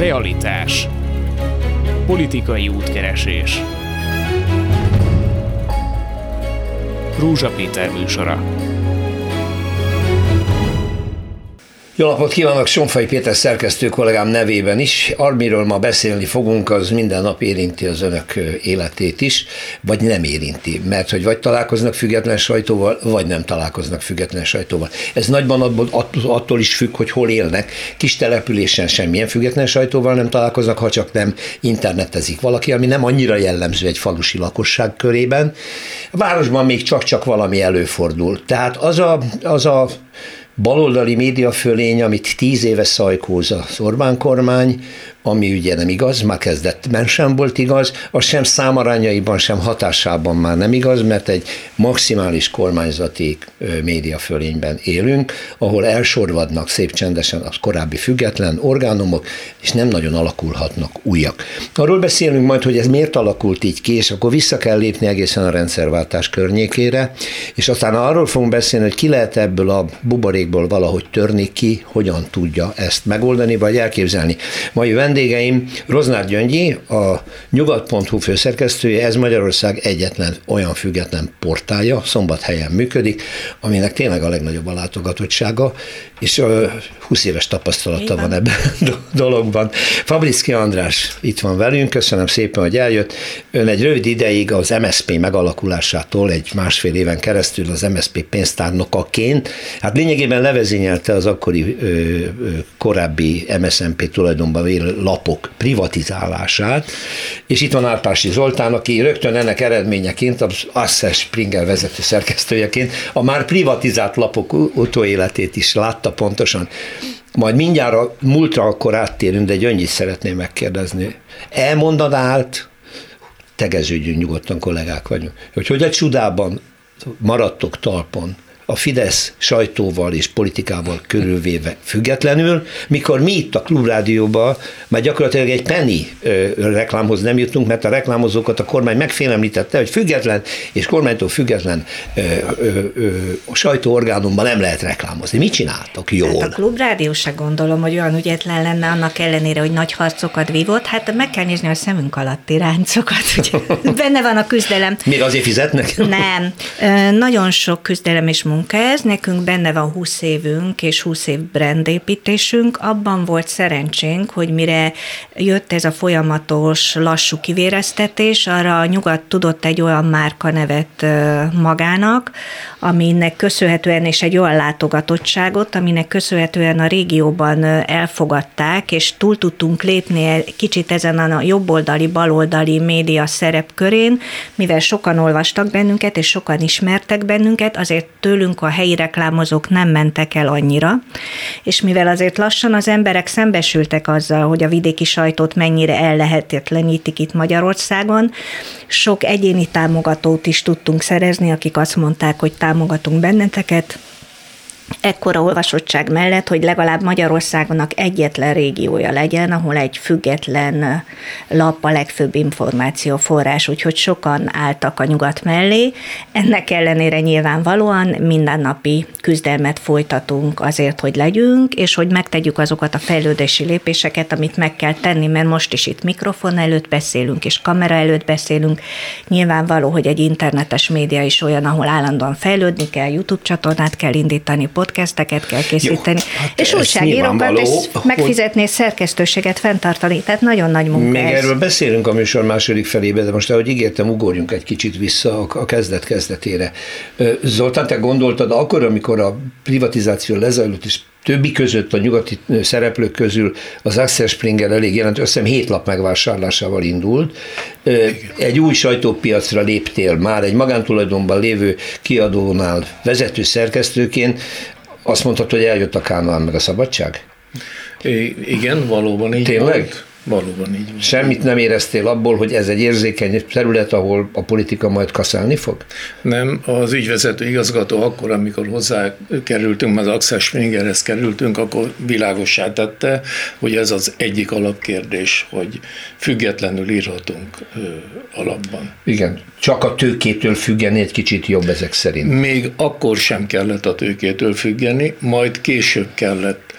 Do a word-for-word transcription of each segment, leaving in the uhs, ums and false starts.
Realitás. Politikai útkeresés. Rózsa Péter műsora. Jó napot kívánok, Sonfai Péter szerkesztő kollégám nevében is. Amiről ma beszélni fogunk, az minden nap érinti az önök életét is, vagy nem érinti, mert hogy vagy találkoznak független sajtóval, vagy nem találkoznak független sajtóval. Ez nagyban attól is függ, hogy hol élnek. Kis településen semmilyen független sajtóval nem találkoznak, ha csak nem internetezik valaki, ami nem annyira jellemző egy falusi lakosság körében. A városban még csak-csak valami előfordul. Tehát az a, az a baloldali médiafölény, amit tíz éve szajkóz az Orbán kormány, ami ugye nem igaz, már kezdetben sem volt igaz, az sem számarányaiban, sem hatásában már nem igaz, mert egy maximális kormányzati médiafölényben élünk, ahol elsorvadnak szép csendesen az korábbi független orgánumok, és nem nagyon alakulhatnak újak. Arról beszélünk majd, hogy ez miért alakult így ki, és akkor vissza kell lépni egészen a rendszerváltás környékére, és aztán arról fogunk beszélni, hogy ki lehet ebből a buborékból valahogy törni, ki hogyan tudja ezt megoldani, vagy elképzelni. Mai vendégeim Roznár Gyöngyi, a nyugat pont hu főszerkesztője, ez Magyarország egyetlen olyan független portálja, Szombathelyen működik, aminek tényleg a legnagyobb a látogatottsága, és húsz éves tapasztalata van ebben a dologban. Fabriczky András itt van velünk, köszönöm szépen, hogy eljött. Ön egy rövid ideig az em es zé pé megalakulásától, egy másfél éven keresztül az em es zé pé pénztárnokaként, hát lényegében levezényelte az akkori ö, ö, korábbi em es zé em pé tulajdonban élő lapok privatizálását, és itt van Árpási Zoltán, aki rögtön ennek eredményeként, az Axel Springer vezető szerkesztőjeként a már privatizált lapok utóéletét is látta pontosan. Majd mindjárt a múltra akkor áttérünk, de Gyöngyit szeretném megkérdezni. Elmondanált, tegeződjünk nyugodtan, kollégák vagyunk, hogy hogy a csodában maradtok talpon, a Fidesz sajtóval és politikával körülvéve függetlenül, mikor mi itt a Klubrádióban már gyakorlatilag egy penny ö, reklámhoz nem jutunk, mert a reklámozókat a kormány megfélemlítette, hogy független és kormánytól független ö, ö, ö, sajtóorgánumban nem lehet reklámozni. Mit csináltok jól? Hát a Klubrádió se gondolom, hogy olyan ügyetlen lenne annak ellenére, hogy nagy harcokat vívott. Hát meg kell nézni a szemünk alatti ráncokat. Ugye? Benne van a küzdelem. Még azért fizetnek? Nem. Nagyon sok küzdelem és munka ez, nekünk benne van húsz évünk és húsz év brandépítésünk, abban volt szerencsénk, hogy mire jött ez a folyamatos lassú kivéreztetés, arra a nyugat tudott egy olyan márkanevet magának, aminek köszönhetően és egy olyan látogatottságot, aminek köszönhetően a régióban elfogadták, és túl tudtunk lépni kicsit ezen a jobboldali, baloldali média szerepkörén, mivel sokan olvastak bennünket, és sokan ismertek bennünket, azért tőlünk a helyi reklámozók nem mentek el annyira, és mivel azért lassan az emberek szembesültek azzal, hogy a vidéki sajtót mennyire ellehetetlenítik itt Magyarországon, sok egyéni támogatót is tudtunk szerezni, akik azt mondták, hogy támogatunk benneteket, ekkora olvasottság mellett, hogy legalább Magyarországonak egyetlen régiója legyen, ahol egy független lap a legfőbb információforrás, úgyhogy sokan álltak a nyugat mellé. Ennek ellenére nyilvánvalóan mindennapi küzdelmet folytatunk azért, hogy legyünk, és hogy megtegyük azokat a fejlődési lépéseket, amit meg kell tenni, mert most is itt mikrofon előtt beszélünk, és kamera előtt beszélünk. Nyilvánvaló, hogy egy internetes média is olyan, ahol állandóan fejlődni kell, YouTube csatornát kell indítani, podcasteket kell készíteni, jó, hát és újságírókat, és megfizetni, és szerkesztőséget fenntartani, tehát nagyon nagy munka. Még ez. Erről beszélünk a műsor második felében, de most, ahogy ígértem, ugorjunk egy kicsit vissza a kezdet-kezdetére. Zoltán, te gondoltad akkor, amikor a privatizáció lezajlott, és többi között, a nyugati szereplők közül az Axel Springer elég jelentős, azt hiszem hét lap megvásárlásával indult. Egy új sajtópiacra léptél már, egy magántulajdonban lévő kiadónál vezető szerkesztőként. Azt mondtad, hogy eljött a Kánaán meg a szabadság? I- igen, valóban így Tényleg? volt. Valóban így. Semmit nem éreztél abból, hogy ez egy érzékeny terület, ahol a politika majd kaszálni fog? Nem, az ügyvezető igazgató akkor, amikor hozzá kerültünk, az Axel Springerhez kerültünk, akkor világossá tette, hogy ez az egyik alapkérdés, hogy függetlenül írhatunk ö, alapban. Igen, csak a tőkétől függeni egy kicsit jobb ezek szerint. Még akkor sem kellett a tőkétől függeni, majd később kellett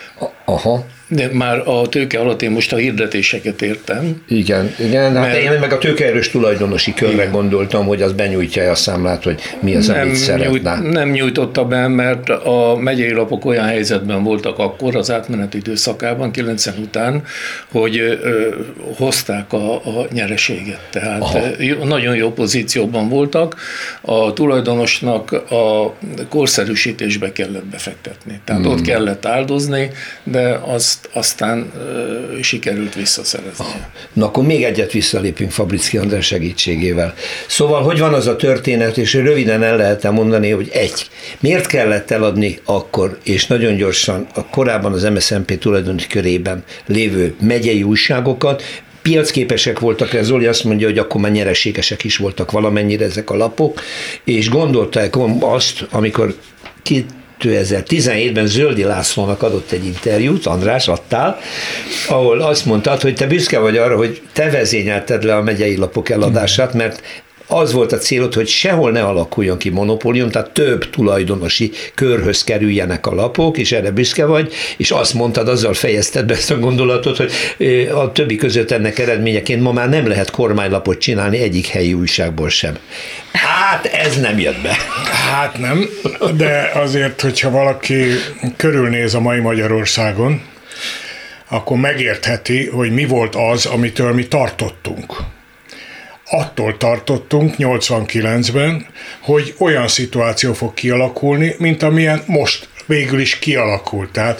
Aha. De már a tőke alatt én most a hirdetéseket értem. Igen, igen, hát én meg a tőkeerős tulajdonosi körre igen. gondoltam, hogy az benyújtja a számlát, hogy mi az, nem amit szeretne. Nyújt, nem nyújtotta be, mert a megyei lapok olyan helyzetben voltak akkor az átmeneti időszakában, kilencven után, hogy ö, hozták a, a nyereséget. Tehát Aha. nagyon jó pozícióban voltak, a tulajdonosnak a korszerűsítésbe kellett befektetni. Tehát hmm. ott kellett áldozni, de azt aztán uh, sikerült visszaszerezni. Na akkor még egyet visszalépünk Fabricki András segítségével. Szóval, hogy van az a történet, és röviden el lehet mondani, hogy egy, miért kellett eladni akkor, és nagyon gyorsan a korábban az em es zé en pé tulajdonosi körében lévő megyei újságokat, piacképesek voltak, ez Zoli azt mondja, hogy akkor már nyereségesek is voltak valamennyire ezek a lapok, és gondolták azt, amikor ki kétezer-tizenhétben Zöldi Lászlónak adott egy interjút, András, adtál, ahol azt mondtad, hogy te büszke vagy arra, hogy te vezényelted le a megyei lapok eladását, mert az volt a célod, hogy sehol ne alakuljon ki monopólium, tehát több tulajdonosi körhöz kerüljenek a lapok, és erre büszke vagy, és azt mondtad, azzal fejezted be ezt a gondolatot, hogy a többi között ennek eredményeként ma már nem lehet kormánylapot csinálni egyik helyi újságból sem. Hát ez nem jött be. Hát nem, de azért, hogyha valaki körülnéz a mai Magyarországon, akkor megértheti, hogy mi volt az, amitől mi tartottunk. Attól tartottunk nyolcvankilencben, hogy olyan szituáció fog kialakulni, mint amilyen most végül is kialakult. Tehát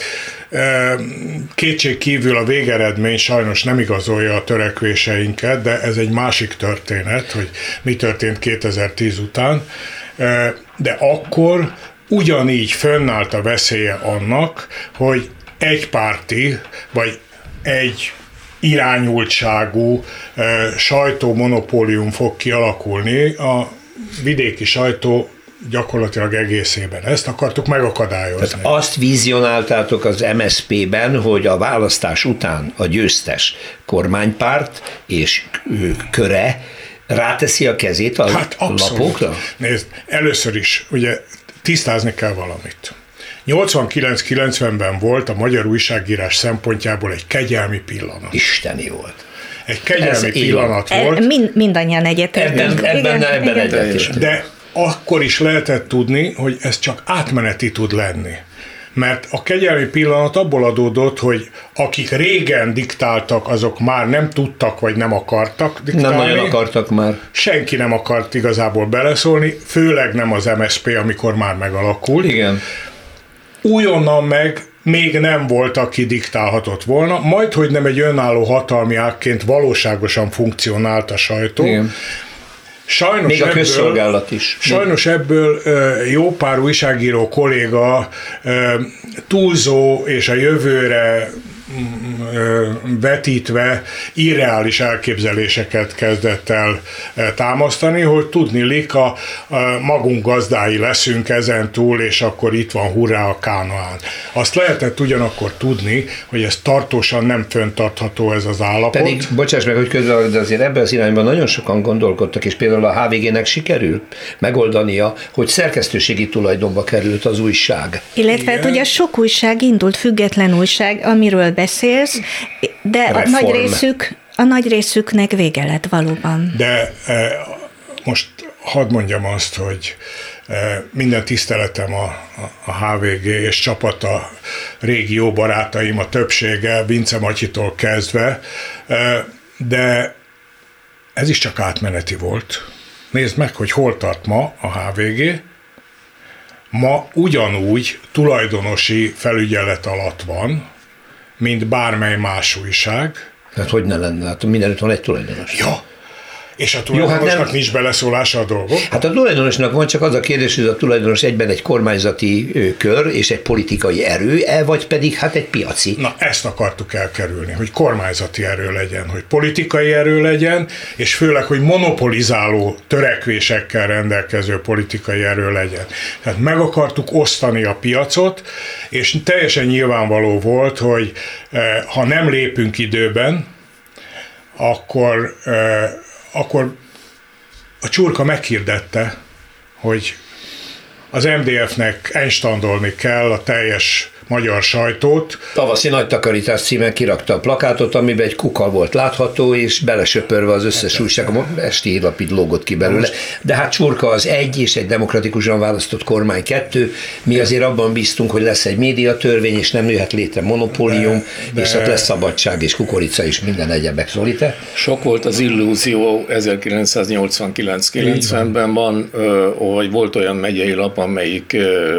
kétség kívül a végeredmény sajnos nem igazolja a törekvéseinket, de ez egy másik történet, hogy mi történt kétezer-tíz után. De akkor ugyanígy fönnállt a veszélye annak, hogy egypárti, vagy egy irányultságú e, sajtómonopólium fog kialakulni a vidéki sajtó gyakorlatilag egészében. Ezt akartuk megakadályozni. Tehát azt vizionáltátok az em es zé pé-ben, hogy a választás után a győztes kormánypárt és köre ráteszi a kezét a hát lapokra? Nézd, először is ugye tisztázni kell valamit. nyolcvankilenc-kilencvenben volt a magyar újságírás szempontjából egy kegyelmi pillanat. Isteni volt. Egy kegyelmi Ez pillanat így. volt. Mind, mindannyian egyetértünk. Ebben, ebben, ebben egyetértünk. De akkor is lehetett tudni, hogy ez csak átmeneti tud lenni. Mert a kegyelmi pillanat abból adódott, hogy akik régen diktáltak, azok már nem tudtak, vagy nem akartak diktálni. Nem nagyon akartak már. Senki nem akart igazából beleszólni, főleg nem az em es zé pé, amikor már megalakult. Igen. Újonnan meg még nem volt, aki diktálhatott volna, majd, hogy nem egy önálló hatalmi ágként valóságosan funkcionált a sajtó. Igen. Sajnos még a ebből, közszolgálat is. Sajnos ebből jó pár újságíró kolléga túlzó és a jövőre vetítve irreális elképzeléseket kezdett el támasztani, hogy tudniillik a, a magunk gazdái leszünk ezen túl, és akkor itt van hurrá a Kánaán. Azt lehetett ugyanakkor tudni, hogy ez tartósan nem fenntartható ez az állapot. Pedig, bocsáss meg, hogy közben, de azért ebben az irányban nagyon sokan gondolkodtak, és például a há vé gének sikerült megoldania, hogy szerkesztőségi tulajdonba került az újság. Illetve hát ugye sok újság indult, független újság, amiről beszélsz, de a nagy, részük, a nagy részüknek vége lett valóban. De e, most hadd mondjam azt, hogy e, minden tiszteletem a, a, a há vé gé és csapata, régi jó barátaim, a többsége, Vince Matyitól kezdve, e, de ez is csak átmeneti volt. Nézd meg, hogy hol tart ma a há vé gé. Ma ugyanúgy tulajdonosi felügyelet alatt van, mint bármely más újság. Hát hogy ne lenne? Hát mindenütt van egy tulajdonos. Ja. És a tulajdonosnak Jó, hát nincs beleszólása a dolgok? Hát a tulajdonosnak van, csak az a kérdés, hogy a tulajdonos egyben egy kormányzati kör és egy politikai erő-e, vagy pedig hát egy piaci. Na, ezt akartuk elkerülni, hogy kormányzati erő legyen, hogy politikai erő legyen, és főleg, hogy monopolizáló törekvésekkel rendelkező politikai erő legyen. Tehát meg akartuk osztani a piacot, és teljesen nyilvánvaló volt, hogy ha nem lépünk időben, akkor akkor a csurka meghirdette, hogy az em dé ef-nek enstandolni kell a teljes magyar sajtót. Tavaszi nagy takarítás címen kirakta a plakátot, amiben egy kuka volt látható, és belesöpörve az összes újság, a esti hírlapid lógott ki belőle. De hát csurka az egy, és egy demokratikusan választott kormány kettő. Mi azért abban bíztunk, hogy lesz egy médiatörvény, és nem jöhet létre monopólium, de, de... és ott lesz szabadság, és kukorica, és minden egyebek. Zolite? Sok volt az illúzió ezerkilencszáznyolcvankilenc kilencvenben van, hogy volt olyan megyei lap, amelyik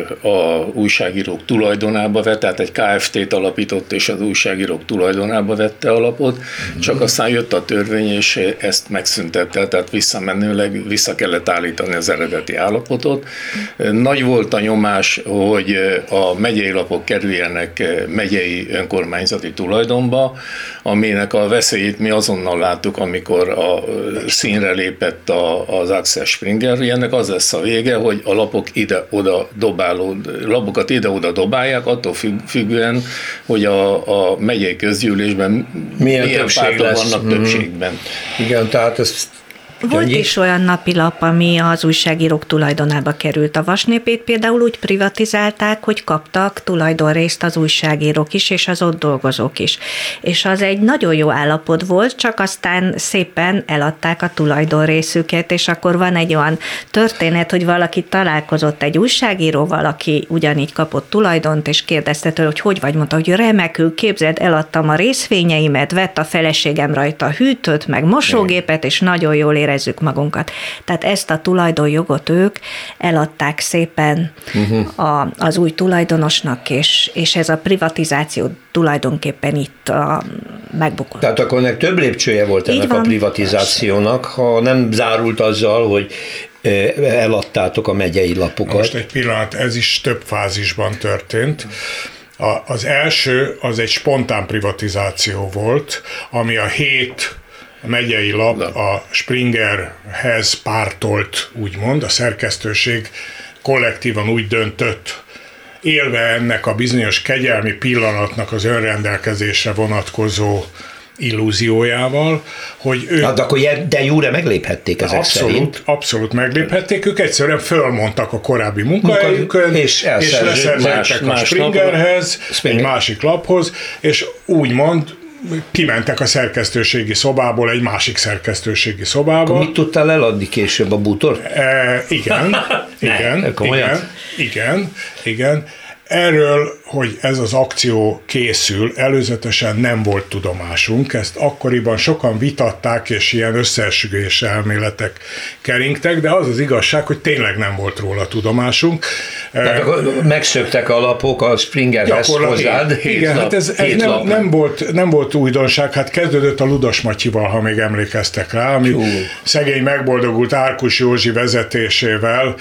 a újságírók tulajdonába vett, tehát egy ká ef té-t alapított, és az újságírók tulajdonába vette a lapot, mm-hmm. csak aztán jött a törvény, és ezt megszüntette, tehát visszamenőleg vissza kellett állítani az eredeti állapotot. Nagy volt a nyomás, hogy a megyei lapok kerüljenek megyei önkormányzati tulajdonba, aminek a veszélyét mi azonnal láttuk, amikor a színre lépett az Axel Springer. Ennek az lesz a vége, hogy a lapok ide-oda dobáló, lapokat ide-oda dobálják, attól függően, hogy a, a megyei közgyűlésben milyen, milyen pártok vannak mm-hmm. többségben. Igen, tehát ez Volt is olyan napilap, ami az újságírók tulajdonába került. A Vasnépét például úgy privatizálták, hogy kaptak tulajdonrészt az újságírók is, és az ott dolgozók is. És az egy nagyon jó állapot volt, csak aztán szépen eladták a tulajdonrészüket, és akkor van egy olyan történet, hogy valaki találkozott egy újságíróval, aki ugyanígy kapott tulajdont, és kérdezte tőle, hogy hogy vagy, mondta, hogy remekül, képzeld, eladtam a részvényeimet, vett a feleségem rajta hűtőt, meg mosógépet, és nagyon jól érezzük magunkat. Tehát ezt a tulajdonjogot ők eladták szépen uh-huh. a, az új tulajdonosnak, és, és ez a privatizáció tulajdonképpen itt a, megbukott. Tehát akkor ennek több lépcsője volt ennek a privatizációnak, ha nem zárult azzal, hogy eladtátok a megyei lapokat. Most egy pillanat, ez is több fázisban történt. A, az első, az egy spontán privatizáció volt, ami a hét a megyei lap a Springerhez pártolt, úgymond, a szerkesztőség kollektívan úgy döntött, élve ennek a bizonyos kegyelmi pillanatnak az önrendelkezésre vonatkozó illúziójával, hogy ők... Hát akkor de jure megléphették ezek abszolút, szerint. Abszolút megléphették, ők egyszerűen fölmondtak a korábbi munkahelyükön, és, és leszerződtek a Springerhez, Springer. Egy másik laphoz, és úgymond kimentek a szerkesztőségi szobából egy másik szerkesztőségi szobába. Akkor mit tudtál eladni később, a bútort? E, igen, igen, ne, igen, igen, igen. Erről, hogy ez az akció készül, előzetesen nem volt tudomásunk, ezt akkoriban sokan vitatták, és ilyen összeesküvés elméletek keringtek, de az az igazság, hogy tényleg nem volt róla tudomásunk. Tehát akkor megszöktek a lapok a Springerhez hozzád. Igen, hát ez, ez nem, nem, volt, nem volt újdonság, hát kezdődött a Ludas Matyival, ha még emlékeztek rá, ami Hú. szegény megboldogult Árkus Józsi vezetésével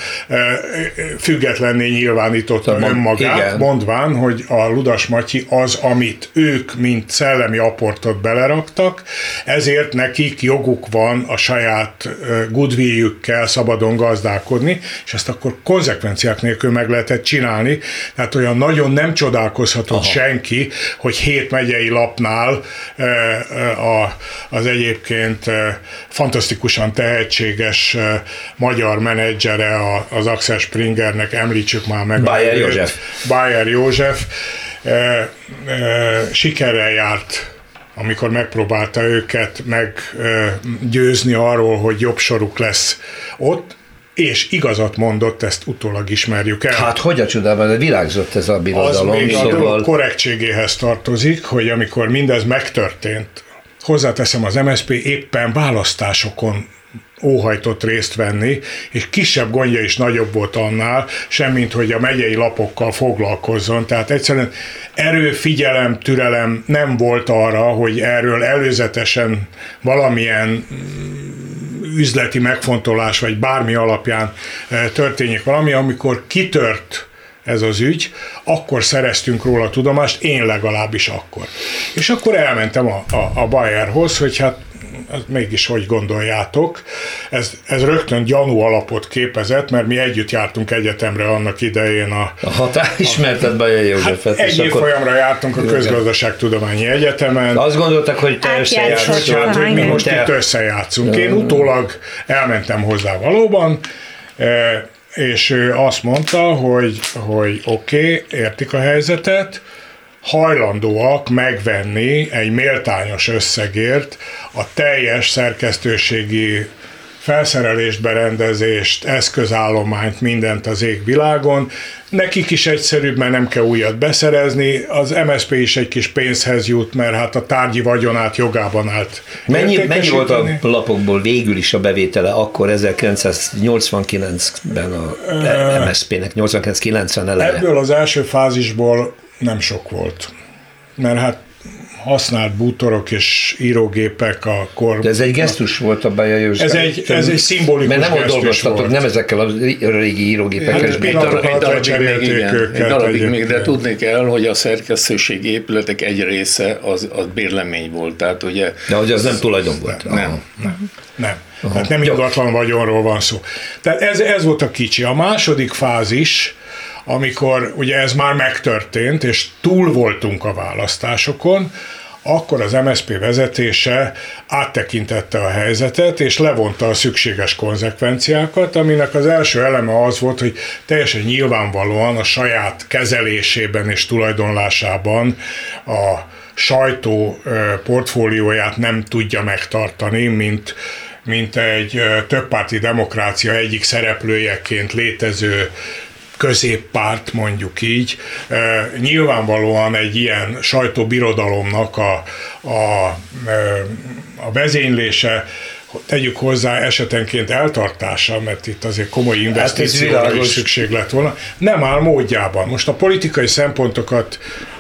függetlenné nyilvánította önmagát, igen. mondván, hogy a Ludas Matyi az, amit ők, mint szellemi apportot beleraktak, ezért nekik joguk van a saját goodwilljükkel szabadon gazdálkodni, és ezt akkor konzekvenciák nélkül meg lehetett csinálni, tehát olyan nagyon nem csodálkozhatott Aha. senki, hogy hét megyei lapnál az egyébként fantasztikusan tehetséges magyar menedzsere az Axel Springernek, említsük már meg. Bayer József. Bayer József e, e, sikerrel járt, amikor megpróbálta őket meggyőzni arról, hogy jobb soruk lesz ott, és igazat mondott, ezt utólag ismerjük el. Hát hogy a csodában, virágzott ez a birodalom. Az még szóval... a korrektségéhez tartozik, hogy amikor mindez megtörtént, hozzáteszem, az em es zé pé éppen választásokon óhajtott részt venni, és kisebb gondja is nagyobb volt annál, semmint hogy a megyei lapokkal foglalkozzon. Tehát egyszerűen erő, figyelem, türelem nem volt arra, hogy erről előzetesen valamilyen üzleti megfontolás, vagy bármi alapján történjék valami, amikor kitört ez az ügy, akkor szereztünk róla tudomást, én legalábbis akkor. És akkor elmentem a, a, a Bayerhoz, hogy hát mégis hogy gondoljátok. Ez, ez rögtön gyanú alapot képezett, mert mi együtt jártunk egyetemre annak idején a... A határ ismerted Bayer Józsefet. Hát egy évfolyamra akkor... jártunk a Közgazdaságtudományi Egyetemen. De azt gondoltak, hogy te összejátszunk. Hát, hogy mi most itt összejátszunk. Én utólag elmentem hozzá valóban, és ő azt mondta, hogy, hogy oké, okay, értik a helyzetet, hajlandóak megvenni egy méltányos összegért a teljes szerkesztőségi felszerelést, berendezést, eszközállományt, mindent az égvilágon. Nekik is egyszerűbb, mert nem kell újat beszerezni, az em es zé pé is egy kis pénzhez jut, mert hát a tárgyi vagyonát jogában állt. Mennyi, mennyi volt a lapokból végül is a bevétele akkor ezerkilencszáznyolcvankilencben a em es zé pének, nyolcvankilenc kilencven eleve? Ebből az első fázisból nem sok volt, mert hát használt bútorok és írógépek a kor. De ez egy gesztus volt a Baja József. Ez egy, ez egy szimbolikus mert nem gesztus dolgoztatok, volt. Nem ezekkel a régi írógépekkel. Hát egy darabig, egy darabig még, igen, egy darabig még, de tudni kell, hogy a szerkesztőségi épületek egy része az, az bérlemény volt. Tehát ugye, de hogy az nem tulajdon volt. Nem, nem. nem. nem. Tehát nem ingatlan vagyonról van szó. Tehát ez, ez volt a kicsi. A második fázis, amikor ugye ez már megtörtént, és túl voltunk a választásokon, akkor az em es zé pé vezetése áttekintette a helyzetet, és levonta a szükséges konzekvenciákat, aminek az első eleme az volt, hogy teljesen nyilvánvalóan a saját kezelésében és tulajdonlásában a sajtó portfólióját nem tudja megtartani, mint mint egy többpárti demokrácia egyik szereplőjeként létező középpárt, mondjuk így. E, nyilvánvalóan egy ilyen sajtóbirodalomnak a, a, a vezénylése, tegyük hozzá esetenként eltartása, mert itt azért komoly investícióra hát is szükség lett volna, nem áll módjában. Most a politikai szempontokat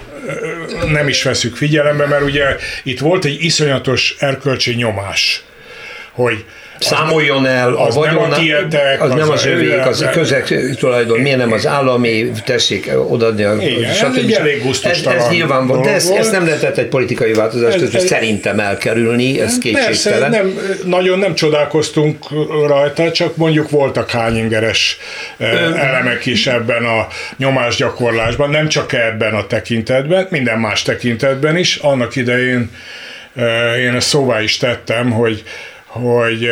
nem is veszük figyelembe, mert ugye itt volt egy iszonyatos erkölcsi nyomás, hogy számoljon el, az a vagyon, nem a tietek, az, az nem az az övék, az a közeg tulajdon, miért nem az állami, tessék odaadni a... Igen, ez egy elég gusztustalan ez, ez nyilván van, de ezt, ezt nem lehetett egy politikai változás közben szerintem elkerülni, ez kétségtelen. Persze, nem, nagyon nem csodálkoztunk rajta, csak mondjuk voltak hányingeres elemek is ebben a nyomásgyakorlásban, nem csak ebben a tekintetben, minden más tekintetben is. Annak idején én ezt szóvá is tettem, hogy hogy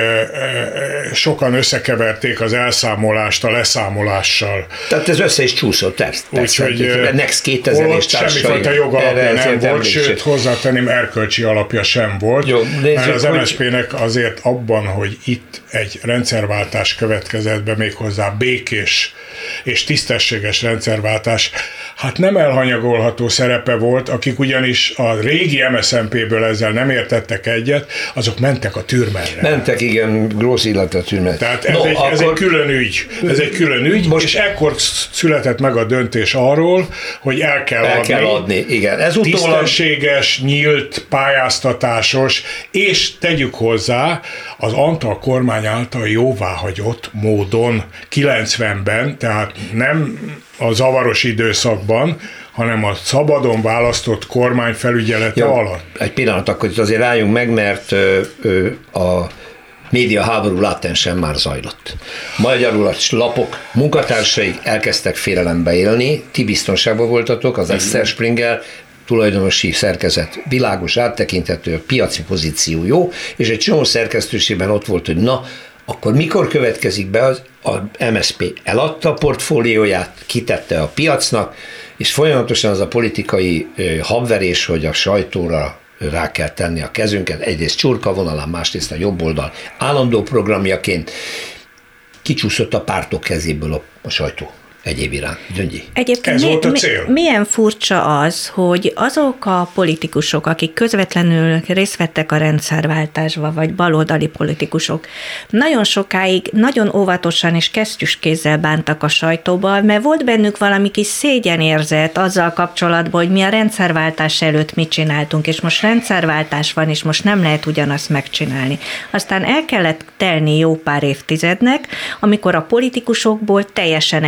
sokan összekeverték az elszámolást a leszámolással. Tehát ez össze is csúszott, persze. Úgyhogy Next kétezer és társai. Semmifajta jogalapja nem volt, sőt, hozzátenném, erkölcsi alapja sem volt. Jó, mert az em es zé pének azért abban, hogy itt egy rendszerváltás következett be, méghozzá békés és tisztességes rendszerváltás, hát nem elhanyagolható szerepe volt, akik ugyanis a régi em es zé en pé-ből ezzel nem értettek egyet, azok mentek a tűrmelre. Mentek, igen, Grósz illetve a tűrmelre. Tehát ez, no, egy, akkor... ez egy külön ügy. Ez egy külön ügy, most... és ekkor született meg a döntés arról, hogy el kell el adni. kell adni, igen. Ez tisztességes, nyílt, pályáztatásos, és tegyük hozzá, az Antal kormány által jóváhagyott módon kilencvenben, tehát nem a zavaros időszakban, hanem a szabadon választott kormány felügyelete ja, alatt. Egy pillanat, akkor itt azért álljunk meg, mert ö, ö, a média háború látensen már zajlott. Magyarul a lapok munkatársai elkezdtek félelembe élni, ti biztonságban voltatok, az Axel Springer, tulajdonosi szerkezet világos, áttekinthető, piaci pozíció jó, és egy csomó szerkesztőségben ott volt, hogy na, akkor mikor következik be az, a em es zé pé eladta a portfólióját, kitette a piacnak, és folyamatosan az a politikai habverés, hogy a sajtóra rá kell tenni a kezünket, egyrészt csurka vonalán, másrészt a jobb oldal állandó programjaként kicsúszott a pártok kezéből a, a sajtó. Egyéb iránt. Gyöngyi. Egyébként Ez mi, volt a cél. Mi, milyen furcsa az, hogy azok a politikusok, akik közvetlenül részt vettek a rendszerváltásba, vagy baloldali politikusok, nagyon sokáig nagyon óvatosan és kesztyűs kézzel bántak a sajtóba, mert volt bennük valami kis szégyenérzet azzal kapcsolatban, hogy mi a rendszerváltás előtt mit csináltunk, és most rendszerváltás van, és most nem lehet ugyanazt megcsinálni. Aztán el kellett telni jó pár évtizednek, amikor a politikusokból teljesen eltűnt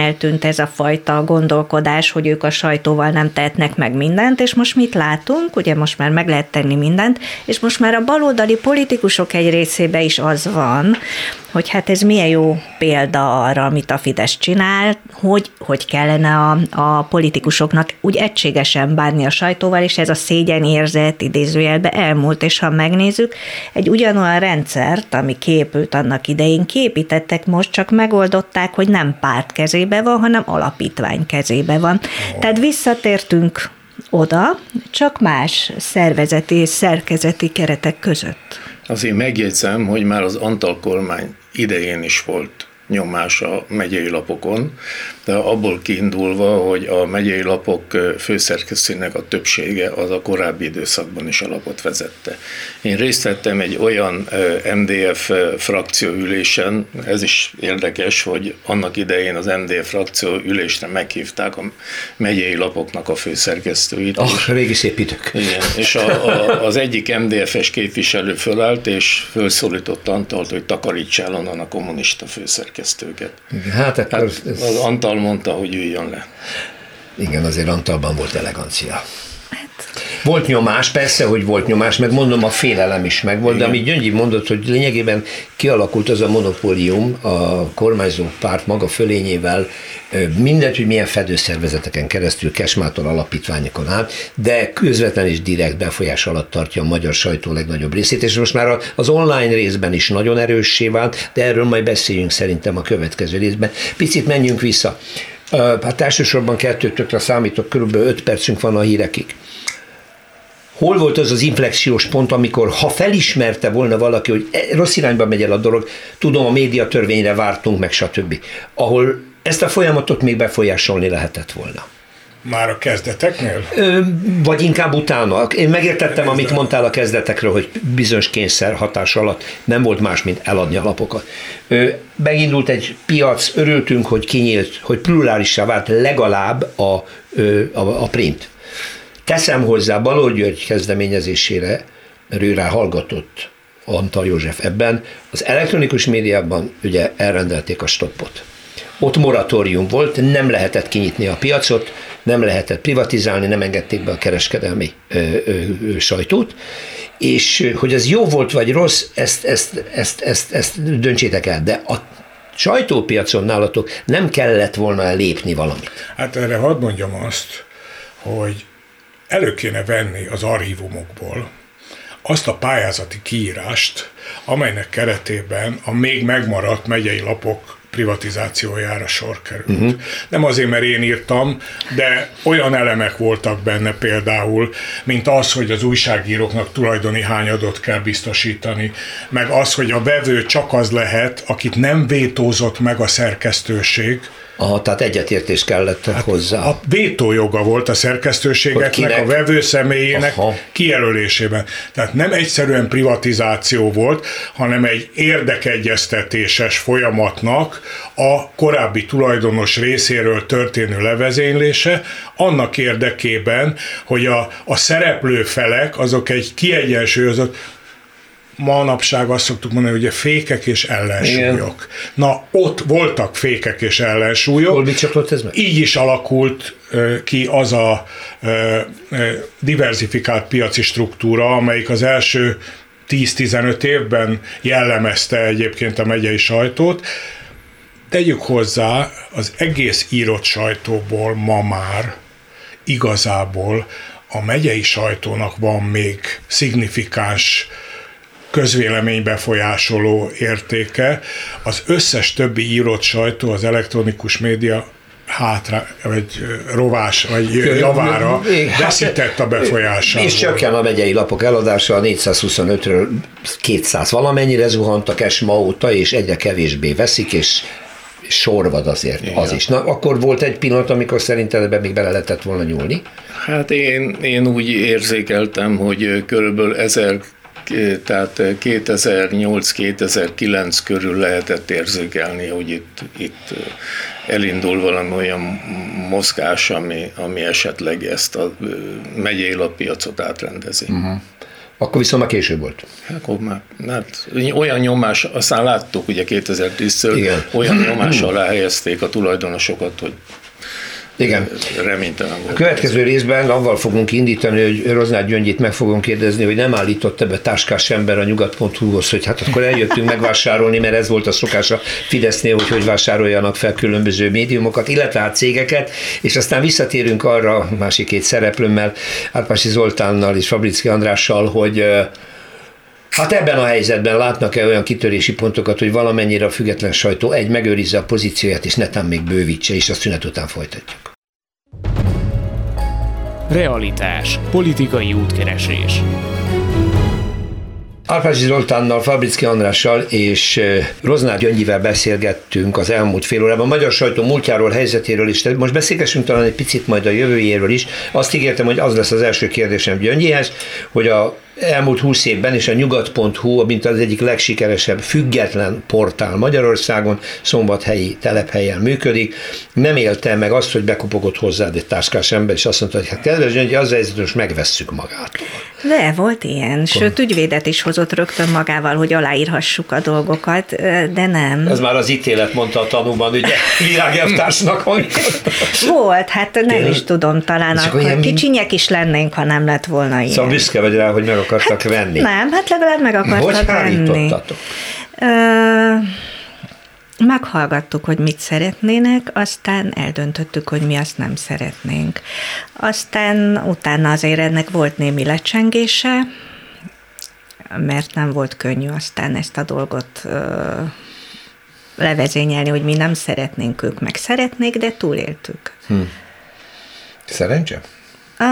megszűnt ez a fajta gondolkodás, hogy ők a sajtóval nem tehetnek meg mindent, és most mit látunk? Ugye most már meg lehet tenni mindent, és most már a baloldali politikusok egy részében is az van, hogy hát ez milyen jó példa arra, amit a Fidesz csinál, hogy, hogy kellene a, a politikusoknak úgy egységesen bánni a sajtóval, és ez a szégyenérzet idézőjelbe elmúlt, és ha megnézzük, egy ugyanolyan rendszert, ami kiépült annak idején, kiépítettek most, csak megoldották, hogy nem párt kezébe van, hanem alapítvány kezébe van. Oh. Tehát visszatértünk oda, csak más szervezeti és szerkezeti keretek között. Azért megjegyzem, hogy már az Antal kormány idején is volt nyomás a megyei lapokon, de abból kiindulva, hogy a megyei lapok főszerkesztőinek a többsége az a korábbi időszakban is a lapot vezette. Én részt vettem egy olyan em dé ef frakcióülésen, ez is érdekes, hogy annak idején az em dé ef frakcióülésre meghívták a megyei lapoknak a főszerkesztőit. Ah, oh, régi szép idők. Igen, és a, a, az egyik em dé ef-es képviselő fölállt, és felszólított Antalt, hogy takarítsál onnan a kommunista főszerkesztőket. Hát, akkor hát ez... az Antal mondta, hogy üljön le. Igen, azért Antalban volt elegancia. Volt nyomás, persze, hogy volt nyomás, meg mondom, a félelem is megvolt, de amit Gyöngyi mondott, hogy lényegében kialakult az a monopólium a kormányzó párt maga fölényével, mindent, hogy milyen fedőszervezeteken keresztül, Kesmától alapítványokon át, de közvetlen és direkt befolyás alatt tartja a magyar sajtó legnagyobb részét, és most már az online részben is nagyon erőssé vált, de erről majd beszéljünk szerintem a következő részben. Picit menjünk vissza. Hát elsősorban kettőtökre számítok, körülbelül öt percünk van a hírekig. Hol volt az az inflexiós pont, amikor ha felismerte volna valaki, hogy rossz irányba megy el a dolog, tudom, a médiatörvényre vártunk, meg stb., ahol ezt a folyamatot még befolyásolni lehetett volna? Már a kezdeteknél? Ö, vagy inkább utána. Én megértettem, amit mondtál a kezdetekről, hogy bizonyos kényszer hatás alatt nem volt más, mint eladni a lapokat. Ö, megindult egy piac, örültünk, hogy kinyílt, hogy plurálissá vált legalább a, a, a print. Teszem hozzá Balogh György kezdeményezésére, mert ő rá hallgatott Antal József ebben, az elektronikus médiában ugye elrendelték a stoppot. Ott moratórium volt, nem lehetett kinyitni a piacot, nem lehetett privatizálni, nem engedték be a kereskedelmi ö, ö, ö, sajtót, és hogy ez jó volt vagy rossz, ezt, ezt, ezt, ezt, ezt döntsétek el, de a sajtópiacon nálatok nem kellett volna lépni valamit. Hát erre hadd mondjam azt, hogy elő kéne venni az archívumokból azt a pályázati kiírást, amelynek keretében a még megmaradt megyei lapok privatizációjára sor került. Uh-huh. Nem azért, mert én írtam, de olyan elemek voltak benne például, mint az, hogy az újságíróknak tulajdoni hányadot kell biztosítani, meg az, hogy a vevő csak az lehet, akit nem vétózott meg a szerkesztőség. Aha, tehát egyetértés kellett hát hozzá. A vétójoga volt a szerkesztőségeknek a vevő személyének Aha. kijelölésében. Tehát nem egyszerűen privatizáció volt, hanem egy érdekegyeztetéses folyamatnak a korábbi tulajdonos részéről történő levezénylése, annak érdekében, hogy a, a szereplő felek azok egy kiegyensúlyozott, manapság azt szoktuk mondani, hogy fékek és ellensúlyok. Igen. Na, ott voltak fékek és ellensúlyok. Hol mit ez meg? Így is alakult uh, ki az a uh, uh, diversifikált piaci struktúra, amelyik az első tíz-tizenöt évben jellemezte egyébként a megyei sajtót. Tegyük hozzá, az egész írott sajtóból ma már igazából a megyei sajtónak van még szignifikáns közvélemény befolyásoló értéke. Az összes többi írott sajtó, az elektronikus média hátra, vagy rovás, vagy javára veszített a befolyásából. És csökken a megyei lapok eladása, a négyszázhuszonötről kétszáz valamennyire zuhantak esma óta, és egyre kevésbé veszik, és sorvad azért igen. Az is. Na, akkor volt egy pillanat, amikor szerinted ebben még bele lehetett volna nyúlni? Hát én, én úgy érzékeltem, hogy körülbelül ezer tehát kétezer-nyolc-kétezer-kilenc körül lehetett érzékelni, hogy itt, itt elindul valami olyan mozgás, ami, ami esetleg ezt a megyei lappiacot átrendezi. Uh-huh. Akkor viszont már később volt. Akkor már, hát olyan nyomás, aztán láttuk ugye kétezer-tíztől, igen. olyan nyomással ráhelyezték a tulajdonosokat, hogy igen. reménytelen volt. A következő részben avval fogunk indítani, hogy Rozsnáth Gyöngyit meg fogom kérdezni, hogy nem állított be táskás ember a nyugat pont hu-hoz, hogy hát akkor eljöttünk megvásárolni, mert ez volt a szokás a Fidesznél, hogy hogy vásároljanak fel különböző médiumokat, illetve hát cégeket, és aztán visszatérünk arra a másik két szereplőmmel, Árpási Zoltánnal és Fabricki Andrással, hogy hát ebben a helyzetben látnak-e olyan kitörési pontokat, hogy valamennyire a független sajtó egy megőrizze a pozícióját, és netán még bővítse, és a szünet után folytatjuk. Realitás. Politikai útkeresés. Árpási Zoltánnal, Fabricki Andrással és Rozsnáth Gyöngyivel beszélgettünk az elmúlt fél órában a magyar sajtó múltjáról, helyzetéről is. Most beszélgessünk talán egy picit majd a jövőjéről is. Azt ígértem, hogy az lesz az első kérdésem Gyöngyihez, hogy a elmúlt húsz évben és a nyugat pont hu, mint az egyik legsikeresebb független portál Magyarországon, szombathelyi telephelyen működik. Nem élte meg azt, hogy bekopogott hozzád egy táskás ember, és azt mondta, hogy hát kedves Gyöngyi, az helyzet, most megvesszük magától. De volt ilyen, sőt ügyvédet is hozott rögtön magával, hogy aláírhassuk a dolgokat, de nem. Ez már az ítélet, mondta a tanúban, hogy virágelvtársnak volt, hát nem Tényleg? is tudom, talán akkor ilyen... kicsinyek is lennénk, ha nem lett volna ilyen. Szóval büszke vagy rá, hogy meg akartak hát, venni. Nem, hát legalább meg akartak hogy venni. Hogy állítottatok? Meghallgattuk, hogy mit szeretnének, aztán eldöntöttük, hogy mi azt nem szeretnénk. Aztán utána azért ennek volt némi lecsengése, mert nem volt könnyű aztán ezt a dolgot ö, levezényelni, hogy mi nem szeretnénk, ők meg szeretnék, de túléltük. Hm. Szerencse? Uh,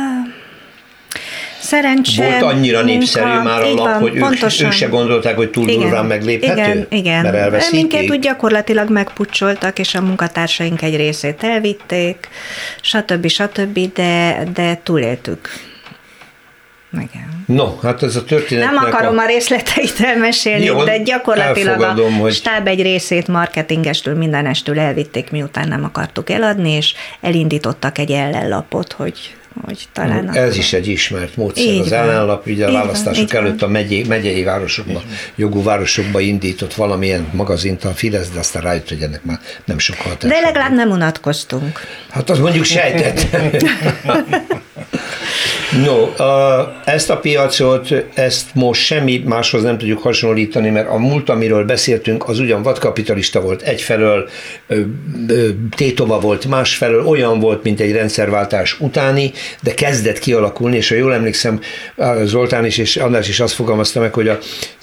Szerencse. Volt annyira népszerű munka, már a lap, van, hogy ők, ők se gondolták, hogy túl durván megléphető? Igen, igen. Mert elveszíték. Minket úgy gyakorlatilag megpucsoltak, és a munkatársaink egy részét elvitték, stb. stb., de, de túléltük. Igen. No, hát ez a történet. Nem akarom a, a részleteit elmesélni, Jó, de gyakorlatilag a hogy... stáb egy részét marketingestől, mindenestől elvitték, miután nem akartuk eladni, és elindítottak egy ellenlapot, hogy hogy talán Ez akkor... is egy ismert módszer. Így az van. Ellenlap, ugye a választások van, előtt a megyei, megyei városokban, jogú városokba indított valamilyen magazint a Fidesz, de aztán rájött, hogy ennek már nem sok hatás. De legalább nem unatkoztunk. Hát azt mondjuk sejtettem. No, ezt a piacot, ezt most semmi máshoz nem tudjuk hasonlítani, mert a múlt, amiről beszéltünk, az ugyan vadkapitalista volt egyfelől, tétova volt másfelől, olyan volt, mint egy rendszerváltás utáni, de kezdett kialakulni, és ha jól emlékszem, Zoltán is és András is azt fogalmazta meg, hogy a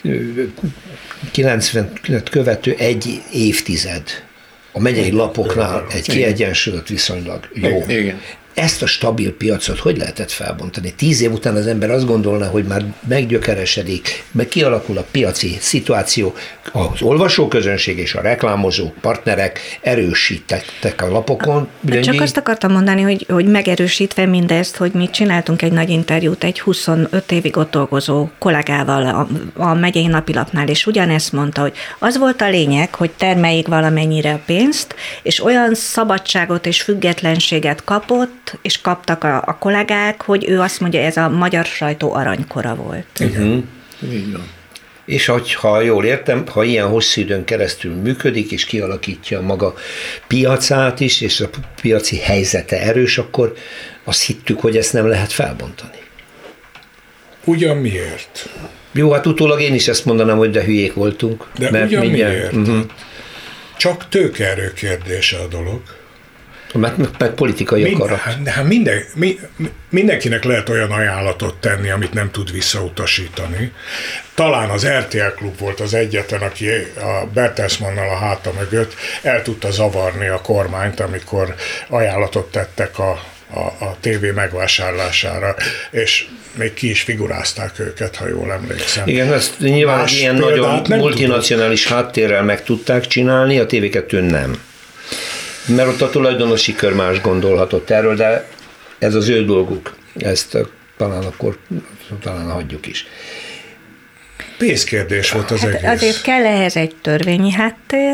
kilencvenet követő egy évtized a megyei lapoknál egy kiegyensúlyozott viszonylag jó. Igen. Ezt a stabil piacot hogy lehetett felbontani? Tíz év után az ember azt gondolna, hogy már meggyökeresedik, meg kialakul a piaci szituáció, az olvasóközönség és a reklámozók, partnerek erősítettek a lapokon. Csak Gyöngyi? Azt akartam mondani, hogy, hogy megerősítve mindezt, hogy mi csináltunk egy nagy interjút egy huszonöt évig ott dolgozó kollégával a, a megyei napilapnál, és ugyanezt mondta, hogy az volt a lényeg, hogy termeljék valamennyire a pénzt, és olyan szabadságot és függetlenséget kapott, és kaptak a, a kollégák, hogy ő azt mondja, ez a magyar sajtó aranykora volt. Uh-huh. Így van. És hogy, ha jól értem, ha ilyen hosszú időn keresztül működik, és kialakítja maga piacát is, és a piaci helyzete erős, akkor azt hittük, hogy ezt nem lehet felbontani. Ugyan miért? Jó, hát utólag én is ezt mondanám, hogy de hülyék voltunk. De mert ugyan mindjárt, miért? Uh-huh. Csak tőkeerő kérdése a dolog. Meg, meg politikai Mind, akarat. Hát minden, mi, mindenkinek lehet olyan ajánlatot tenni, amit nem tud visszautasítani. Talán az er té el Klub volt az egyetlen, aki a Bertelsmannnal a háta mögött el tudta zavarni a kormányt, amikor ajánlatot tettek a, a, a tévé megvásárlására, és még ki is figurázták őket, ha jól emlékszem. Igen, ezt nyilván Más ilyen nagyon multinacionális tudom. háttérrel meg tudták csinálni, a té vé kettő nem. Mert ott a tulajdonosi kör más gondolhatott erről, de ez az ő dolguk. Ezt talán akkor talán hagyjuk is. Pénzkérdés volt az hát egész. Azért kell ehhez egy törvényi háttér,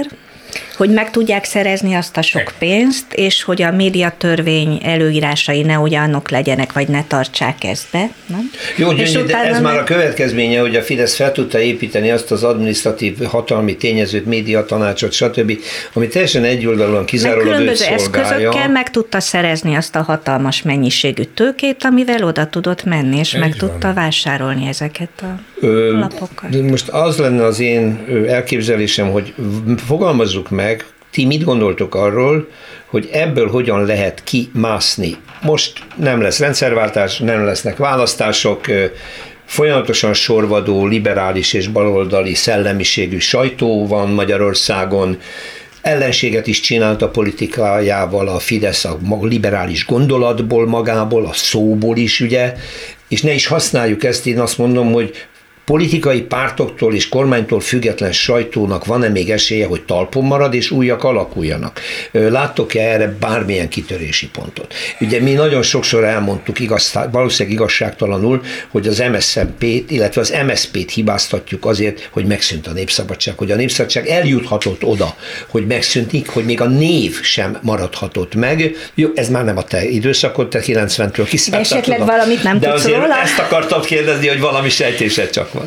Hogy meg tudják szerezni azt a sok pénzt, és hogy a médiatörvény előírásai ne ugyanok legyenek, vagy ne tartsák ezt be. Nem? Jó, és gyönyörű, de ez meg... már a következménye, hogy a Fidesz fel tudta építeni azt az adminisztratív hatalmi tényezőt, médiatanácsot, stb., ami teljesen egyoldalúan kizárólag őt különböző szolgálja. eszközökkel meg tudta szerezni azt a hatalmas mennyiségű tőkét, amivel oda tudott menni, és Így meg van. tudta vásárolni ezeket a Ö, lapokat. De most az lenne az én elképzelésem, hogy fogalmazzuk meg, ti mit gondoltok arról, hogy ebből hogyan lehet kimászni. Most nem lesz rendszerváltás, nem lesznek választások, folyamatosan sorvadó, liberális és baloldali szellemiségű sajtó van Magyarországon, ellenséget is csinált a politikájával a Fidesz a liberális gondolatból magából, a szóból is, ugye, és ne is használjuk ezt, én azt mondom, hogy politikai pártoktól és kormánytól független sajtónak van-e még esélye, hogy talpon marad, és újak alakuljanak? Láttok-e erre bármilyen kitörési pontot? Ugye mi nagyon sokszor elmondtuk, igaz, valószínűleg igazságtalanul, hogy az em es zé pét, illetve az em es zé pét hibáztatjuk azért, hogy megszűnt a népszabadság, hogy a népszabadság eljuthatott oda, hogy megszűnik, hogy még a név sem maradhatott meg. Jó, ez már nem a te időszakod, te kilencventől kiszálltad. De esetleg valamit nem De tudsz azért róla? ezt akartam kérdezni, hogy valami sejtésed csak van.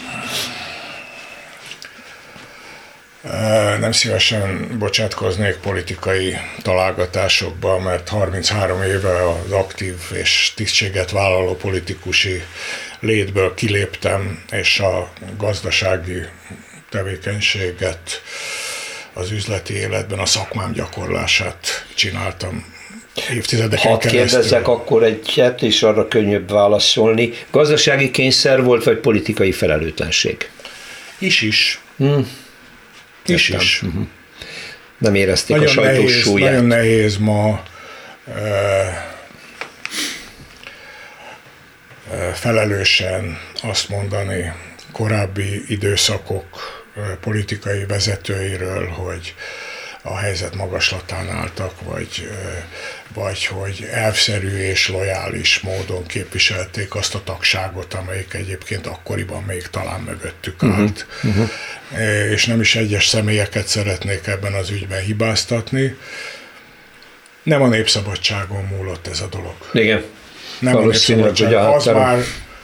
Nem szívesen bocsátkoznék politikai találgatásokba, mert harminchárom éve az aktív és tisztséget vállaló politikusi létből kiléptem, és a gazdasági tevékenységet az üzleti életben, a szakmám gyakorlását csináltam évtizedeken Hadd keresztül. kérdezzek akkor egyet, és arra könnyebb válaszolni. Gazdasági kényszer volt, vagy politikai felelőtlenség? Is-is. Hmm. Is Értem. is. Uh-huh. Nem érezték Nagyon a sajtós nehéz, súlyát. nagyon nehéz ma ö, ö, felelősen azt mondani korábbi időszakok ö, politikai vezetőiről, hogy a helyzet magaslatán álltak, vagy, vagy hogy elvszerű és lojális módon képviselték azt a tagságot, amelyik egyébként akkoriban még talán mögöttük állt. Uh-huh. Uh-huh. És nem is egyes személyeket szeretnék ebben az ügyben hibáztatni. Nem a népszabadságon múlott ez a dolog. Igen. Nem a népszabadságon. Az már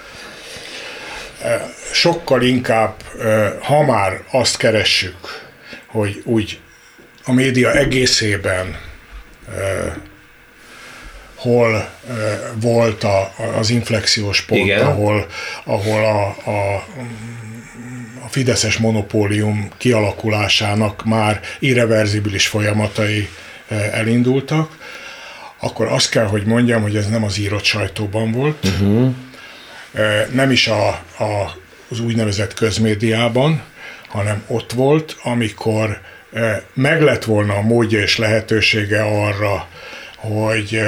sokkal inkább, ha már azt keressük, hogy úgy a média egészében eh, hol eh, volt a, az inflexiós pont, igen. ahol, ahol a, a, a fideszes monopólium kialakulásának már irreverzibilis folyamatai eh, elindultak, akkor azt kell, hogy mondjam, hogy ez nem az írott sajtóban volt, uh-huh. eh, nem is a, a, az úgynevezett közmédiában, hanem ott volt, amikor meg lett volna a módja és lehetősége arra, hogy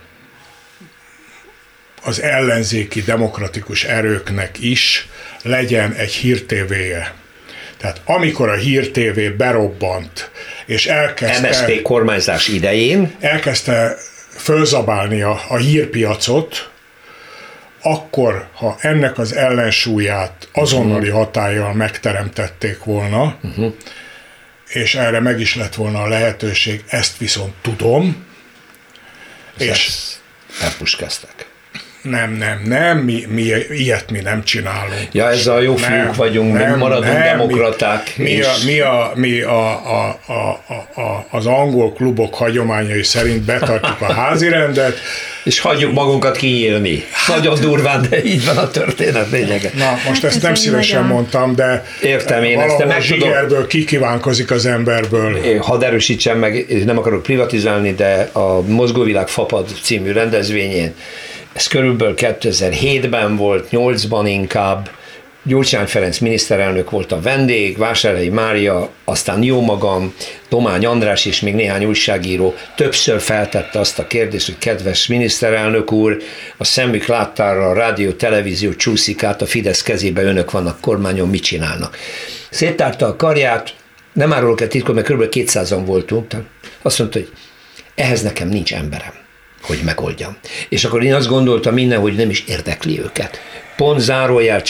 az ellenzéki demokratikus erőknek is legyen egy hírtévéje. Tehát amikor a hírtévé berobbant, és elkezdte... em es zé pé kormányzás idején. Elkezdte fölzabálni a, a hírpiacot, akkor, ha ennek az ellensúlyát azonnali hatállyal megteremtették volna, uh-huh. és erre meg is lett volna a lehetőség, ezt viszont tudom, és, és elpuskázták. Nem, nem, nem, mi, mi ilyet mi nem csinálunk. Ja, ez a jó fiúk vagyunk, nem, maradunk nem, demokraták. Mi, mi, a, mi, a, mi a, a, a, a, az angol klubok hagyományai szerint betartjuk a házirendet. És hagyjuk magunkat kiírni. Hát, nagyon durván, de így van a történet lényege. Na, most ezt nem szívesen nagyon... mondtam, de értem én ezt, valahol zsigerből kikívánkozik az emberből. Én hadd erősítsem meg, nem akarok privatizálni, de a Mozgóvilág Fapad című rendezvényén ez körülbelül kétezer-hétben volt, nyolcban inkább, Gyurcsány Ferenc miniszterelnök volt a vendég, Vásárhelyi Mária, aztán jó magam, Domány András és még néhány újságíró többször feltette azt a kérdést, hogy kedves miniszterelnök úr, a szemük láttára a rádió, televízió csúszik át, a Fidesz kezébe, önök vannak kormányon, mit csinálnak? Széttárta a karját, nem árulok el titkot, mert kb. kétszázan voltunk, azt mondta, hogy ehhez nekem nincs emberem, hogy megoldjam. És akkor én azt gondoltam minden, hogy nem is érdekli őket. Pont zárójel csak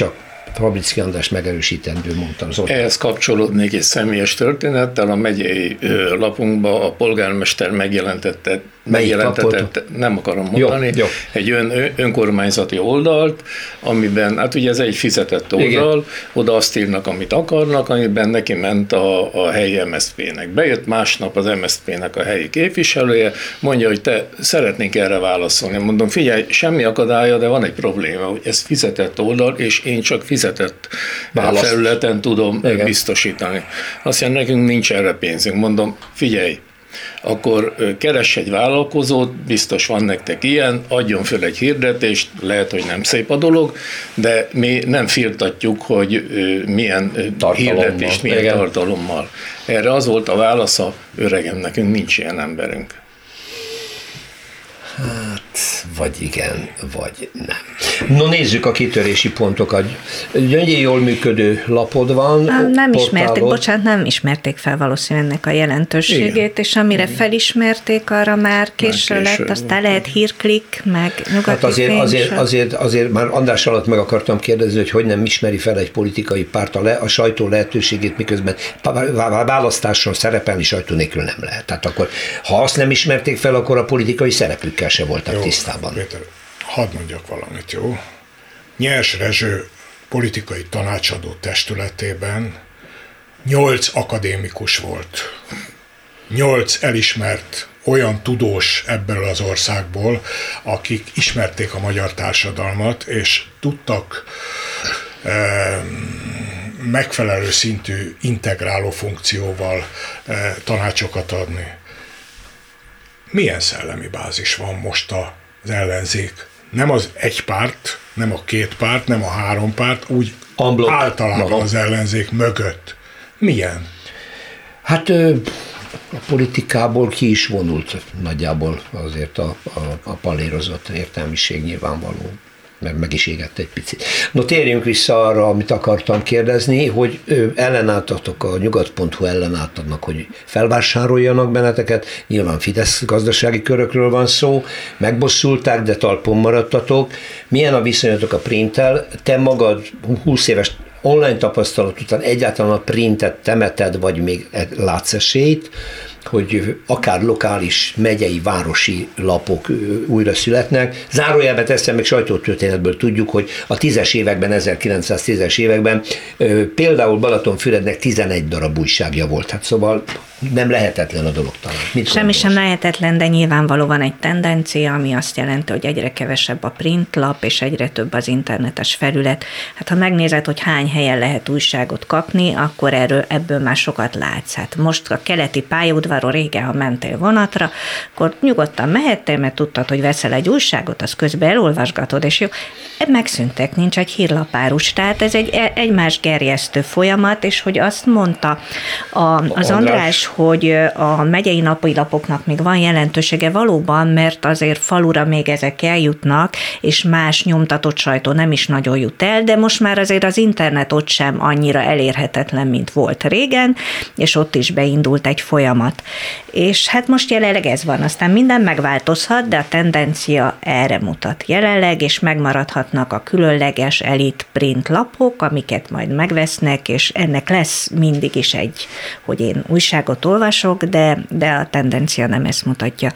Fabricki András megerősítendő, mondtam. Zoltán. Ehhez kapcsolódnék egy személyes történettel. A megyei lapunkban a polgármester megjelentette, megjelentette nem akarom mondani, jó, jó. egy ön, önkormányzati oldalt, amiben, hát ugye ez egy fizetett oldal, igen. Oda azt írnak, amit akarnak, amiben neki ment a, a helyi em es zé pé-nek. Bejött másnap az em es zé pé-nek a helyi képviselője, mondja, hogy te szeretnénk erre válaszolni. Mondom, figyelj, semmi akadálya, de van egy probléma, hogy ez fizetett oldal, és én csak fizetett Választ. felületen tudom igen. biztosítani. Azt mondja, nekünk nincs erre pénzünk. Mondom, figyelj, akkor keress egy vállalkozót, biztos van nektek ilyen, adjon föl egy hirdetést, lehet, hogy nem szép a dolog, de mi nem firtatjuk, hogy milyen hirdetést, milyen igen. tartalommal. Erre az volt a válasza, öregem, nekünk nincs ilyen emberünk. Hát, vagy igen, vagy nem. No, nézzük a kitörési pontokat. Gyöngyi jól működő lapod van. Nem, nem ismerték, bocsánat, nem ismerték fel valószínűleg ennek a jelentőségét, igen. és amire igen. felismerték, arra már késő lett, aztán lehet hírklik, meg nyugati hát azért, fény, azért, azért, azért már András alatt meg akartam kérdezni, hogy hogy nem ismeri fel egy politikai párt a, le, a sajtó lehetőségét, miközben választáson szerepelni sajtó nélkül nem lehet. Tehát akkor, ha azt nem ismerték fel, akkor a politikai szereplőkkel se voltak jó, tisztában. Péter, hadd mondjak valamit, jó? Nyers Rezső politikai tanácsadó testületében nyolc akadémikus volt. Nyolc elismert olyan tudós ebből az országból, akik ismerték a magyar társadalmat, és tudtak eh, megfelelő szintű integráló funkcióval eh, tanácsokat adni. Milyen szellemi bázis van most az ellenzék? Nem az egy párt, nem a két párt, nem a három párt, úgy Amblok. általában Maga. az ellenzék mögött. Milyen? Hát a politikából ki is vonult nagyjából azért a, a, a palérozott értelmiség nyilvánvaló, mert meg is égett egy picit. No, térjünk vissza arra, amit akartam kérdezni, hogy ellenálltatok, a nyugat pont hu ellenállt annak, hogy felvásároljanak benneteket, nyilván Fidesz gazdasági körökről van szó, megbosszulták, de talpon maradtatok. Milyen a viszonyatok a printtel? Te magad húsz éves online tapasztalat után egyáltalán a printet temeted, vagy még látsz esélyt, hogy akár lokális, megyei, városi lapok újra születnek. Zárójelbe teszem, még sajtótörténetből tudjuk, hogy a tízes években, ezerkilencszáztízes években például Balatonfürednek tizenegy darab újságja volt. Hát szóval nem lehetetlen a dolog talán. Mit Semmi sem lehetetlen, de nyilván van egy tendencia, ami azt jelenti, hogy egyre kevesebb a printlap, és egyre több az internetes felület. Hát ha megnézed, hogy hány helyen lehet újságot kapni, akkor erről, ebből már sokat látsz. Hát most a keleti pályaudvaron régen, ha mentél vonatra, akkor nyugodtan mehettél, mert tudtad, hogy veszel egy újságot, az közben elolvasgatod, és jó, megszűntek, nincs egy hírlapárus. Tehát ez egy egymás gerjesztő folyamat, és hogy azt mondta a, az András, hogy a megyei napi lapoknak még van jelentősége valóban, mert azért falura még ezek eljutnak, és más nyomtatott sajtó nem is nagyon jut el, de most már azért az internet ott sem annyira elérhetetlen, mint volt régen, és ott is beindult egy folyamat. És hát most jelenleg ez van, aztán minden megváltozhat, de a tendencia erre mutat jelenleg, és megmaradhatnak a különleges elit print lapok, amiket majd megvesznek, és ennek lesz mindig is egy, hogy én újságot olvasok, de, de a tendencia nem ezt mutatja.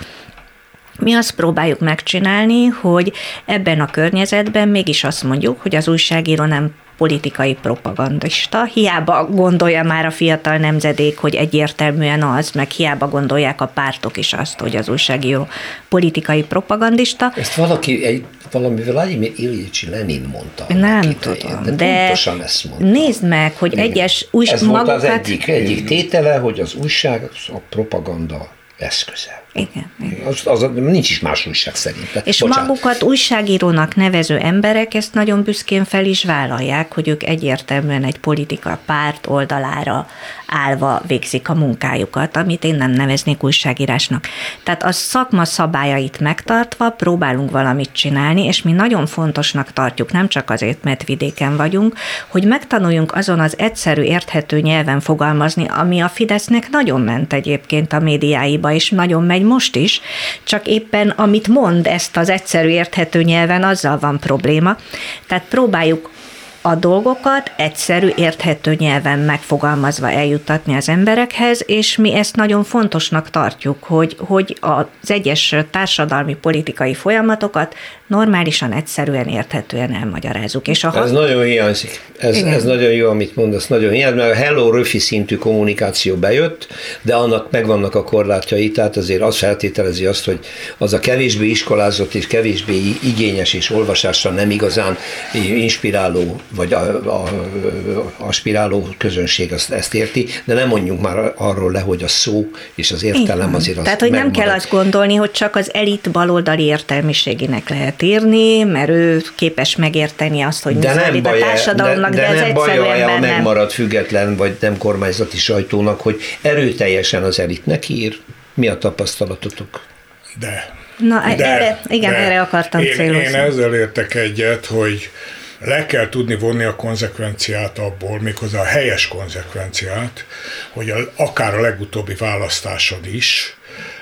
Mi azt próbáljuk megcsinálni, hogy ebben a környezetben mégis azt mondjuk, hogy az újságíró nem politikai propagandista. Hiába gondolja már a fiatal nemzedék, hogy egyértelműen az, meg hiába gondolják a pártok is azt, hogy az újságíró politikai propagandista. Ezt valaki, egy, valami Vladimir Ilyich Lenin mondta. Nem tudom, de, de pontosan ezt mondta. Nézd meg, hogy igen. egyes újságírók... Ez magukat... volt az egyik, egyik tétele, hogy az újság a propaganda eszköze. Igen. igen. Az, az, nincs is más újság szerint. És bocsánat. magukat újságírónak nevező emberek ezt nagyon büszkén fel is vállalják, hogy ők egyértelműen egy politika párt oldalára állva végzik a munkájukat, amit én nem neveznék újságírásnak. Tehát a szakma szabályait megtartva próbálunk valamit csinálni, és mi nagyon fontosnak tartjuk, nem csak azért, mert vidéken vagyunk, hogy megtanuljunk azon az egyszerű, érthető nyelven fogalmazni, ami a Fidesznek nagyon ment egyébként a médiáiba, és nagyon megy most is, csak éppen amit mond ezt az egyszerű, érthető nyelven, azzal van probléma. Tehát próbáljuk a dolgokat egyszerű, érthető nyelven megfogalmazva eljuttatni az emberekhez, és mi ezt nagyon fontosnak tartjuk, hogy, hogy az egyes társadalmi politikai folyamatokat normálisan, egyszerűen, érthetően elmagyarázzuk. És a ez nagyon hiányzik. Ez, ez nagyon jó, amit mondasz, nagyon hiányzik, mert a hello röfi szintű kommunikáció bejött, de annak megvannak a korlátjai, tehát azért az feltételezi azt, hogy az a kevésbé iskolázott és kevésbé igényes és olvasásra nem igazán inspiráló, vagy a, a, a aspiráló közönség azt, ezt érti, de nem mondjunk már arról le, hogy a szó és az értelem azért az Tehát, hogy megmarad. Nem kell azt gondolni, hogy csak az elit baloldali értelmiségének lehet írni, mert ő képes megérteni azt, hogy mi zajlik a társadalomnak, de, de, de ez nem baj, ha megmarad nem. független, vagy nem kormányzati sajtónak, hogy erőteljesen az elitnek ír. Mi a tapasztalatotok? De. Na, de, erre, igen, de erre akartam én, célozni. Én ezzel értek egyet, hogy le kell tudni vonni a konzekvenciát abból, méghozzá a helyes konzekvenciát, hogy a, akár a legutóbbi választásod is,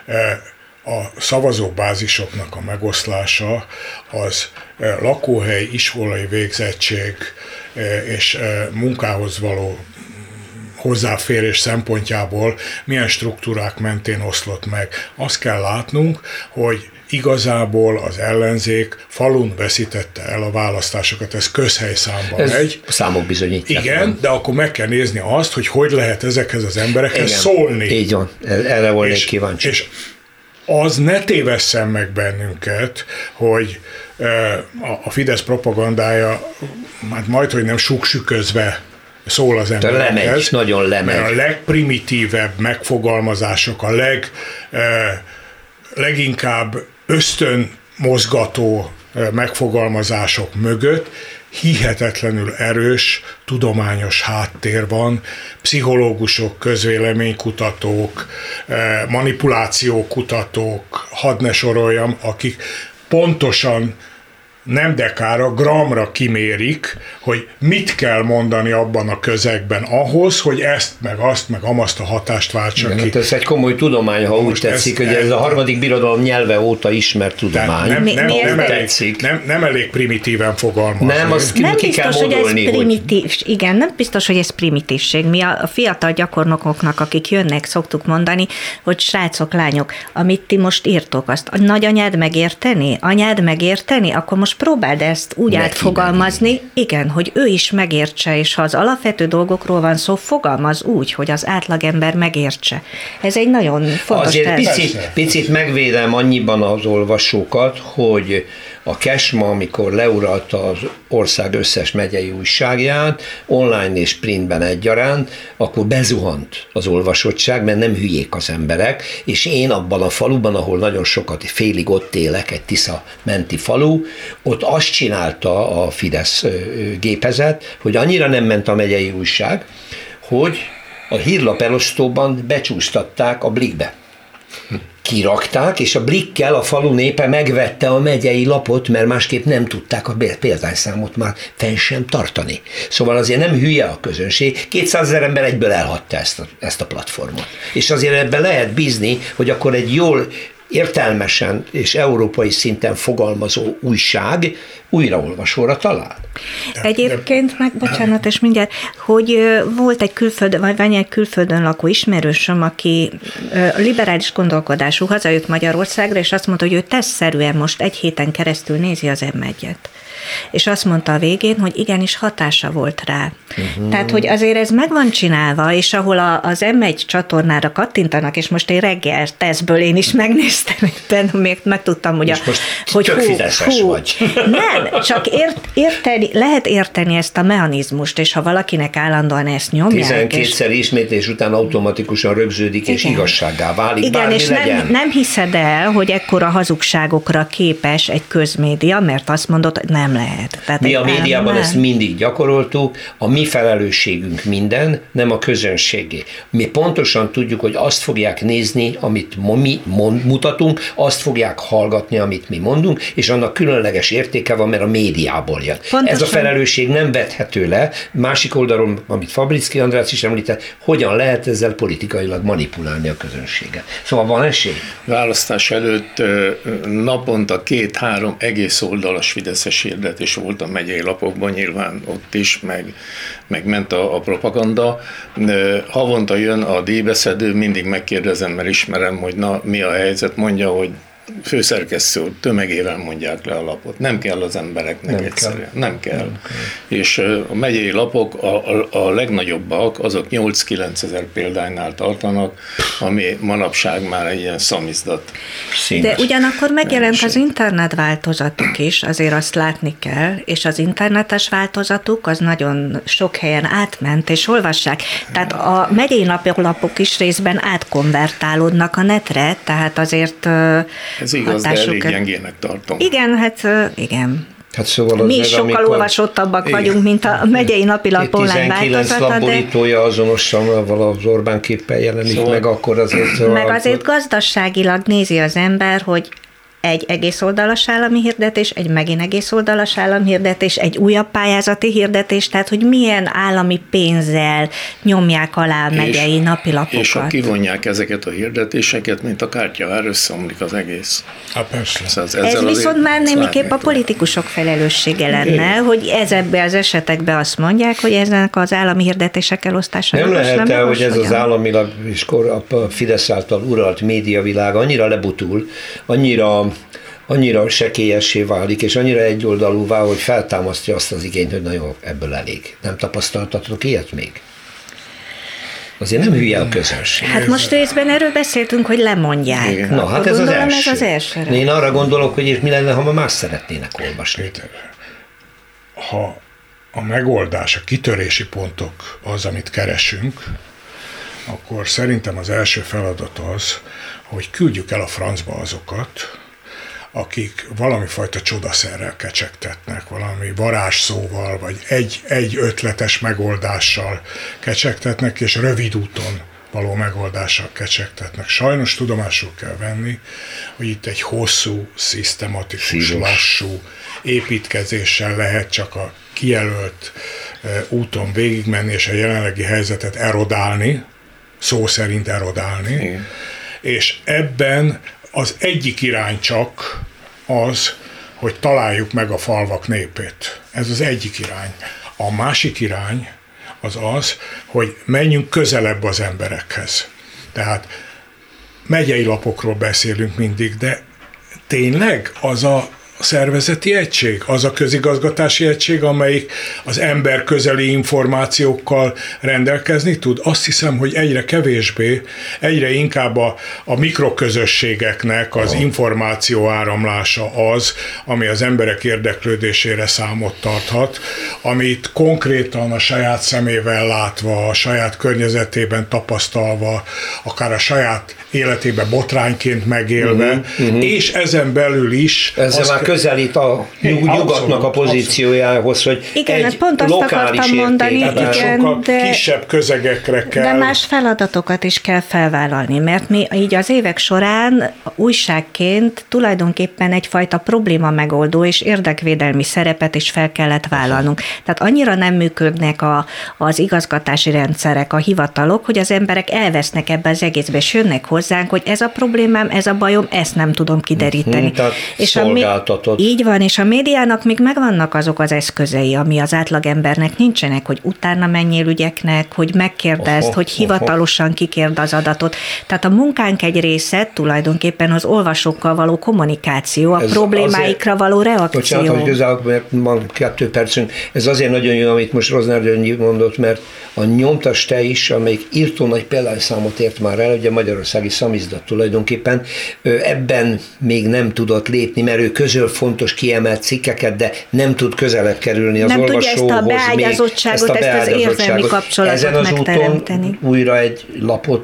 a szavazóbázisoknak a megoszlása az lakóhely, iskolai végzettség és munkához való hozzáférés szempontjából milyen struktúrák mentén oszlott meg. Azt kell látnunk, hogy igazából az ellenzék falun veszítette el a választásokat, ez közhelyszámban ez megy. Számok bizonyítják. Igen, van. De akkor meg kell nézni azt, hogy hogy lehet ezekhez az emberekhez Igen, szólni. Így van, erre volnék és, kíváncsi. És az ne tévesszen meg bennünket, hogy a Fidesz propagandája hát majd, hogy nem súgsüközve szól az emberekhez. Lemegy, nagyon lemegy. Mert a legprimitívebb megfogalmazások, a leg, leginkább ösztönmozgató megfogalmazások mögött hihetetlenül erős tudományos háttér van, pszichológusok, közvéleménykutatók, manipulációkutatók, hadd ne soroljam, akik pontosan nem dekára, gramra kimérik, hogy mit kell mondani abban a közegben ahhoz, hogy ezt, meg azt, meg amazt a hatást váltsa Igen, ki. hát ez egy komoly tudomány, ha Most úgy tetszik, ez, hogy ez ez a harmadik birodalom nyelve óta ismert tudomány. Nem, Mi, nem, mi nem, ez elég, tetszik. nem, nem elég primitíven fogalmazni. Nem, azt ki, Nem ki biztos, kell hogy ez modolni, primitív. hogy... Igen, nem biztos, hogy ez primitívség. Mi a, a fiatal gyakornokoknak, akik jönnek, szoktuk mondani, hogy srácok, lányok, amit ti most írtok, azt a nagyanyád megérteni? Anyád megérteni? Akkor most próbáld ezt úgy Neki átfogalmazni, igen, hogy ő is megértse, és ha az alapvető dolgokról van szó, fogalmaz úgy, hogy az átlagember megértse. Ez egy nagyon fontos Azért terület. picit, picit megvédem annyiban az olvasókat, hogy a Kesma, amikor leuralta az ország összes megyei újságját, online és printben egyaránt, akkor bezuhant az olvasottság, mert nem hülyék az emberek, és én abban a faluban, ahol nagyon sokat, félig ott élek, egy Tisza menti falu, ott azt csinálta a Fidesz gépezet, hogy annyira nem ment a megyei újság, hogy a hírlap elosztóban becsúsztatták a Blikbe. Kirakták, és a Blikkel a falu népe megvette a megyei lapot, mert másképp nem tudták a példányszámot már fenn sem tartani. Szóval azért nem hülye a közönség, kétszázezer ember egyből elhagyta ezt a, ezt a platformot. És azért ebben lehet bízni, hogy akkor egy jól értelmesen és európai szinten fogalmazó újság újraolvasóra talál. Egyébként meg, bocsánat, és mindjárt, hogy volt egy külföldön, vagy van egy külföldön lakó ismerősöm, aki liberális gondolkodású, hazajött Magyarországra, és azt mondta, hogy ő tesztszerűen most egy héten keresztül nézi az em egyet. És azt mondta a végén, hogy igenis hatása volt rá. Uh-huh. Tehát, hogy azért ez meg van csinálva, és ahol a, az em egy csatornára kattintanak, és most én reggel tesztből én is megnéztem, éppen, még megtudtam, hogy, a, hogy tök hú, fideszes hú, vagy. Nem, csak ért, érteni, lehet érteni ezt a mechanizmust, és ha valakinek állandóan ezt nyomják. tizenkétszer és... ismétlés után automatikusan rögződik, igen. És igazsággá válik, igen, bármi és legyen. Nem, nem hiszed el, hogy ekkora hazugságokra képes egy közmédia, mert azt mondod, hogy nem lehet. Tehát mi a médiában nem. Ezt mindig gyakoroltuk, a mi felelősségünk minden, nem a közönségé. Mi pontosan tudjuk, hogy azt fogják nézni, amit mi mond, mutatunk, azt fogják hallgatni, amit mi mondunk, és annak különleges értéke van, mert a médiából jön. Pontosan ez a felelősség nem vethető le. Másik oldalon, amit Fabriczky András is említett, hogyan lehet ezzel politikailag manipulálni a közönséget. Szóval van esély? Választás előtt naponta két-három egész oldalas fideszes hirdetés volt a megyei lapokban, nyilván ott is, meg, meg ment a, a propaganda. Havonta jön a díjbeszedő, mindig megkérdezem, mert ismerem, hogy na, mi a helyzet, mondja, hogy főszerkesztő úr, tömegével mondják le a lapot. Nem kell az embereknek nem egyszerűen. Kell. Nem kell. Nem kell. És a megyei lapok, a, a, a legnagyobbak, azok nyolc-kilencezer példánynál tartanak, ami manapság már egy ilyen szamizdat. De ugyanakkor megjelent az internet változatuk is, azért azt látni kell, és az internetes változatuk az nagyon sok helyen átment, és olvassák. Tehát a megyei lapok is részben átkonvertálódnak a netre, tehát azért ez igaz, de elég gyengének tartom. Igen, hát igen. Hát szóval mi is sokkal amikor... olvasottabbak igen. vagyunk, mint a megyei napilap online változata. tizenkilenc lapborítója de... azonosan az Orbán képpel jelenik szóval... meg, akkor azért... Szóval meg azért akkor... gazdaságilag nézi az ember, hogy egy egész oldalas állami hirdetés, egy megint egész oldalas állami hirdetés, egy újabb pályázati hirdetés, tehát hogy milyen állami pénzzel nyomják alá a megyei és, napilapokat. És ha kivonják ezeket a hirdetéseket, mint a kártyavár, összeomlik az egész. Há, persze. Szóval ez viszont már némiképp a politikusok felelőssége lenne, é. hogy ezekben az esetekben azt mondják, hogy ezek az állami hirdetések elosztása nem lehet el, hogy ez hogyan? Az államilag és a Fidesz által uralt médiavilág annyira lebutul, annyira annyira sekélyessé válik, és annyira egyoldalúvá, hogy feltámasztja azt az igényt, hogy na jó, ebből elég. Nem tapasztaltatok ilyet még? Azért nem hülye a közönség. Hát most részben erről beszéltünk, hogy lemondják. Igen. Na, hát ez az, első. ez az első. Én arra gondolok, hogy és mi lenne, ha ma más szeretnének olvasni. Péter, ha a megoldás, a kitörési pontok az, amit keresünk, akkor szerintem az első feladat az, hogy küldjük el a francba azokat, akik valami fajta csodaszerrel kecsegtetnek, valami varázsszóval, vagy egy, egy ötletes megoldással kecsegtetnek, és rövid úton való megoldással kecsegtetnek. Sajnos tudomásul kell venni, hogy itt egy hosszú, szisztematikus, Szíves. lassú építkezéssel lehet csak a kijelölt úton végigmenni, és a jelenlegi helyzetet erodálni, szó szerint erodálni, Igen. és ebben az egyik irány csak az, hogy találjuk meg a falvak népét. Ez az egyik irány. A másik irány az az, hogy menjünk közelebb az emberekhez. Tehát megyei lapokról beszélünk mindig, de tényleg az a szervezeti egység, az a közigazgatási egység, amelyik az ember közeli információkkal rendelkezni tud. Azt hiszem, hogy egyre kevésbé, egyre inkább a, a mikroközösségeknek az információ áramlása az, ami az emberek érdeklődésére számot tarthat, amit konkrétan a saját szemével látva, a saját környezetében tapasztalva, akár a saját életében botrányként megélve, uh-huh, uh-huh. és ezen belül is... Ezzel már közelít a nyug, nyugatnak a pozíciójához, hogy igen, egy pont azt akartam mondani, igen, sokkal de, kisebb közegekre kell. De más feladatokat is kell felvállalni, mert mi így az évek során újságként tulajdonképpen egyfajta probléma megoldó és érdekvédelmi szerepet is fel kellett vállalnunk. Tehát annyira nem működnek a, az igazgatási rendszerek, a hivatalok, hogy az emberek elvesznek ebbe az egészbe, és jönnek hozzánk, hogy ez a problémám, ez a bajom, ezt nem tudom kideríteni. Tehát és a mi, így van, és a médiának még megvannak azok az eszközei, ami az átlagembernek nincsenek, hogy utána menjél ügyeknek, hogy megkérdezd, hogy hivatalosan kikérd az adatot. Tehát a munkánk egy része tulajdonképpen az olvasókkal való kommunikáció, a ez problémáikra azért, való reakció. Bocsánat, hogy közel, mert van kettő percünk. Ez azért nagyon jó, amit most Rozsnár György mondott, mert a Nyomtas te is, amelyik írtó nagy példányszámot ért már el, ugye a magyarországi szamizdat tulajdonképpen, ebben még nem tudott lépni, mert ő közöl fontos kiemelt cikkeket, de nem tud közelebb kerülni az nem olvasóhoz. Nem tudja ezt a beágyazottságot, ezt, ezt az érzelmi kapcsolatot ezen az megteremteni. Úton újra egy lapot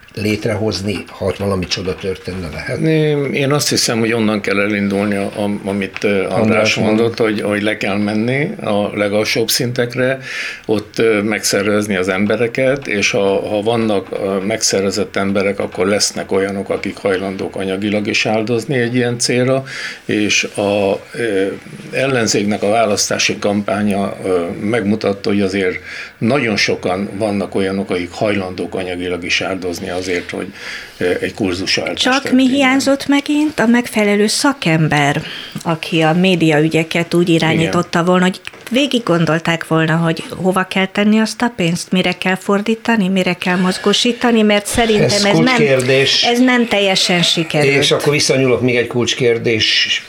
létrehozni, ha valami csoda történne lehet? Én azt hiszem, hogy onnan kell elindulni, amit András mondott, hogy, hogy le kell menni a legalsóbb szintekre, ott megszervezni az embereket, és ha, ha vannak megszervezett emberek, akkor lesznek olyanok, akik hajlandók anyagilag is áldozni egy ilyen célra, és a ellenzéknek a választási kampánya megmutatta, hogy azért nagyon sokan vannak olyanok, akik hajlandók anyagilag is áldozni azért, hogy egy kurzusváltást Csak történjen. mi hiányzott megint? A megfelelő szakember, aki a médiaügyeket úgy irányította Igen. volna, hogy végig gondolták volna, hogy hova kell tenni azt a pénzt, mire kell fordítani, mire kell mozgósítani, mert szerintem ez, ez, nem, ez nem teljesen sikerült. És akkor visszanyúlok még egy kulcskérdés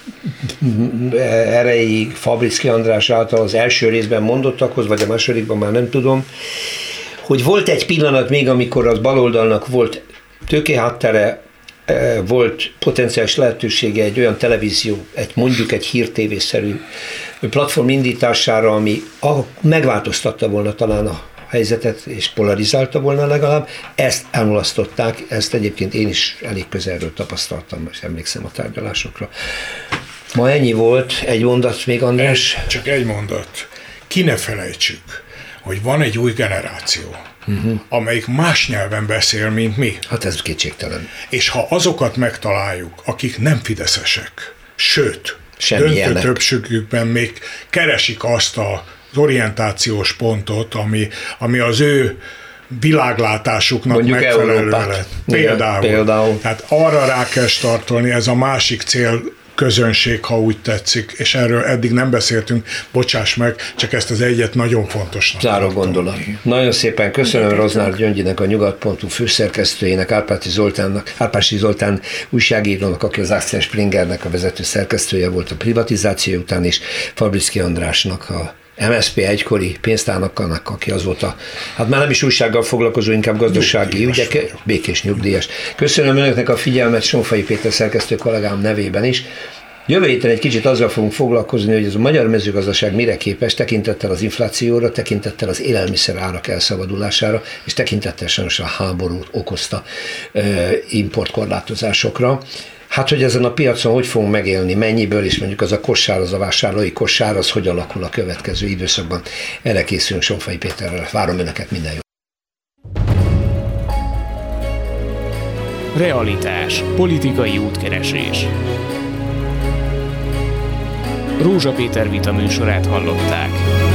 erejéig Fabriczky András által az első részben mondottakhoz, vagy a másodikban már nem tudom, hogy volt egy pillanat még, amikor az baloldalnak volt tőkeháttere, volt potenciális lehetősége egy olyan televízió, egy mondjuk egy hírtévészerű platform indítására, ami megváltoztatta volna talán a helyzetet, és polarizálta volna legalább. Ezt elmulasztották, ezt egyébként én is elég közelről tapasztaltam, és emlékszem a tárgyalásokra. Ma ennyi volt, egy mondat még, András? Egy, csak egy mondat. Ki ne felejtsük, hogy van egy új generáció, uh-huh. amelyik más nyelven beszél, mint mi. Hát ez kétségtelen. És ha azokat megtaláljuk, akik nem fideszesek, sőt, Semmilyenek. döntő többségükben még keresik azt az orientációs pontot, ami, ami az ő világlátásuknak mondjuk megfelelő Európát. lett. Például. Például. Tehát arra rá kell startolni, ez a másik cél, közönség, ha úgy tetszik, és erről eddig nem beszéltünk, bocsáss meg, csak ezt az egyet nagyon fontosnak. Záró gondolat. Nagyon szépen köszönöm Roznár Gyöngyinek, a Nyugat.hu főszerkesztőjének, Árpádi Zoltánnak, Árpádi Zoltán újságírónak, aki az Axel Springernek a vezető szerkesztője volt a privatizáció után, és Fabriczky Andrásnak, a em es zé pé egykori pénztárnoknak, aki azóta, hát már nem is újsággal foglalkozó, inkább gazdasági ügyek, békés nyugdíjas. Köszönöm önöknek a figyelmet, Sonfai Péter szerkesztő kollégám nevében is. Jövő héten egy kicsit azzal fogunk foglalkozni, hogy ez a magyar mezőgazdaság mire képes, tekintettel az inflációra, tekintettel az élelmiszer árak elszabadulására, és tekintettel sajnos a háborút okozta uh, importkorlátozásokra. Hát, hogy ezen a piacon hogy fogunk megélni, mennyiből, és mondjuk az a kosár, az a vásárlói kosár, az hogy alakul a következő időszakban. Erre készülünk Sonfai Péterrel. Várom önöket, minden jó. Realitás. Politikai útkeresés. Rózsa Péter vita műsorát hallották.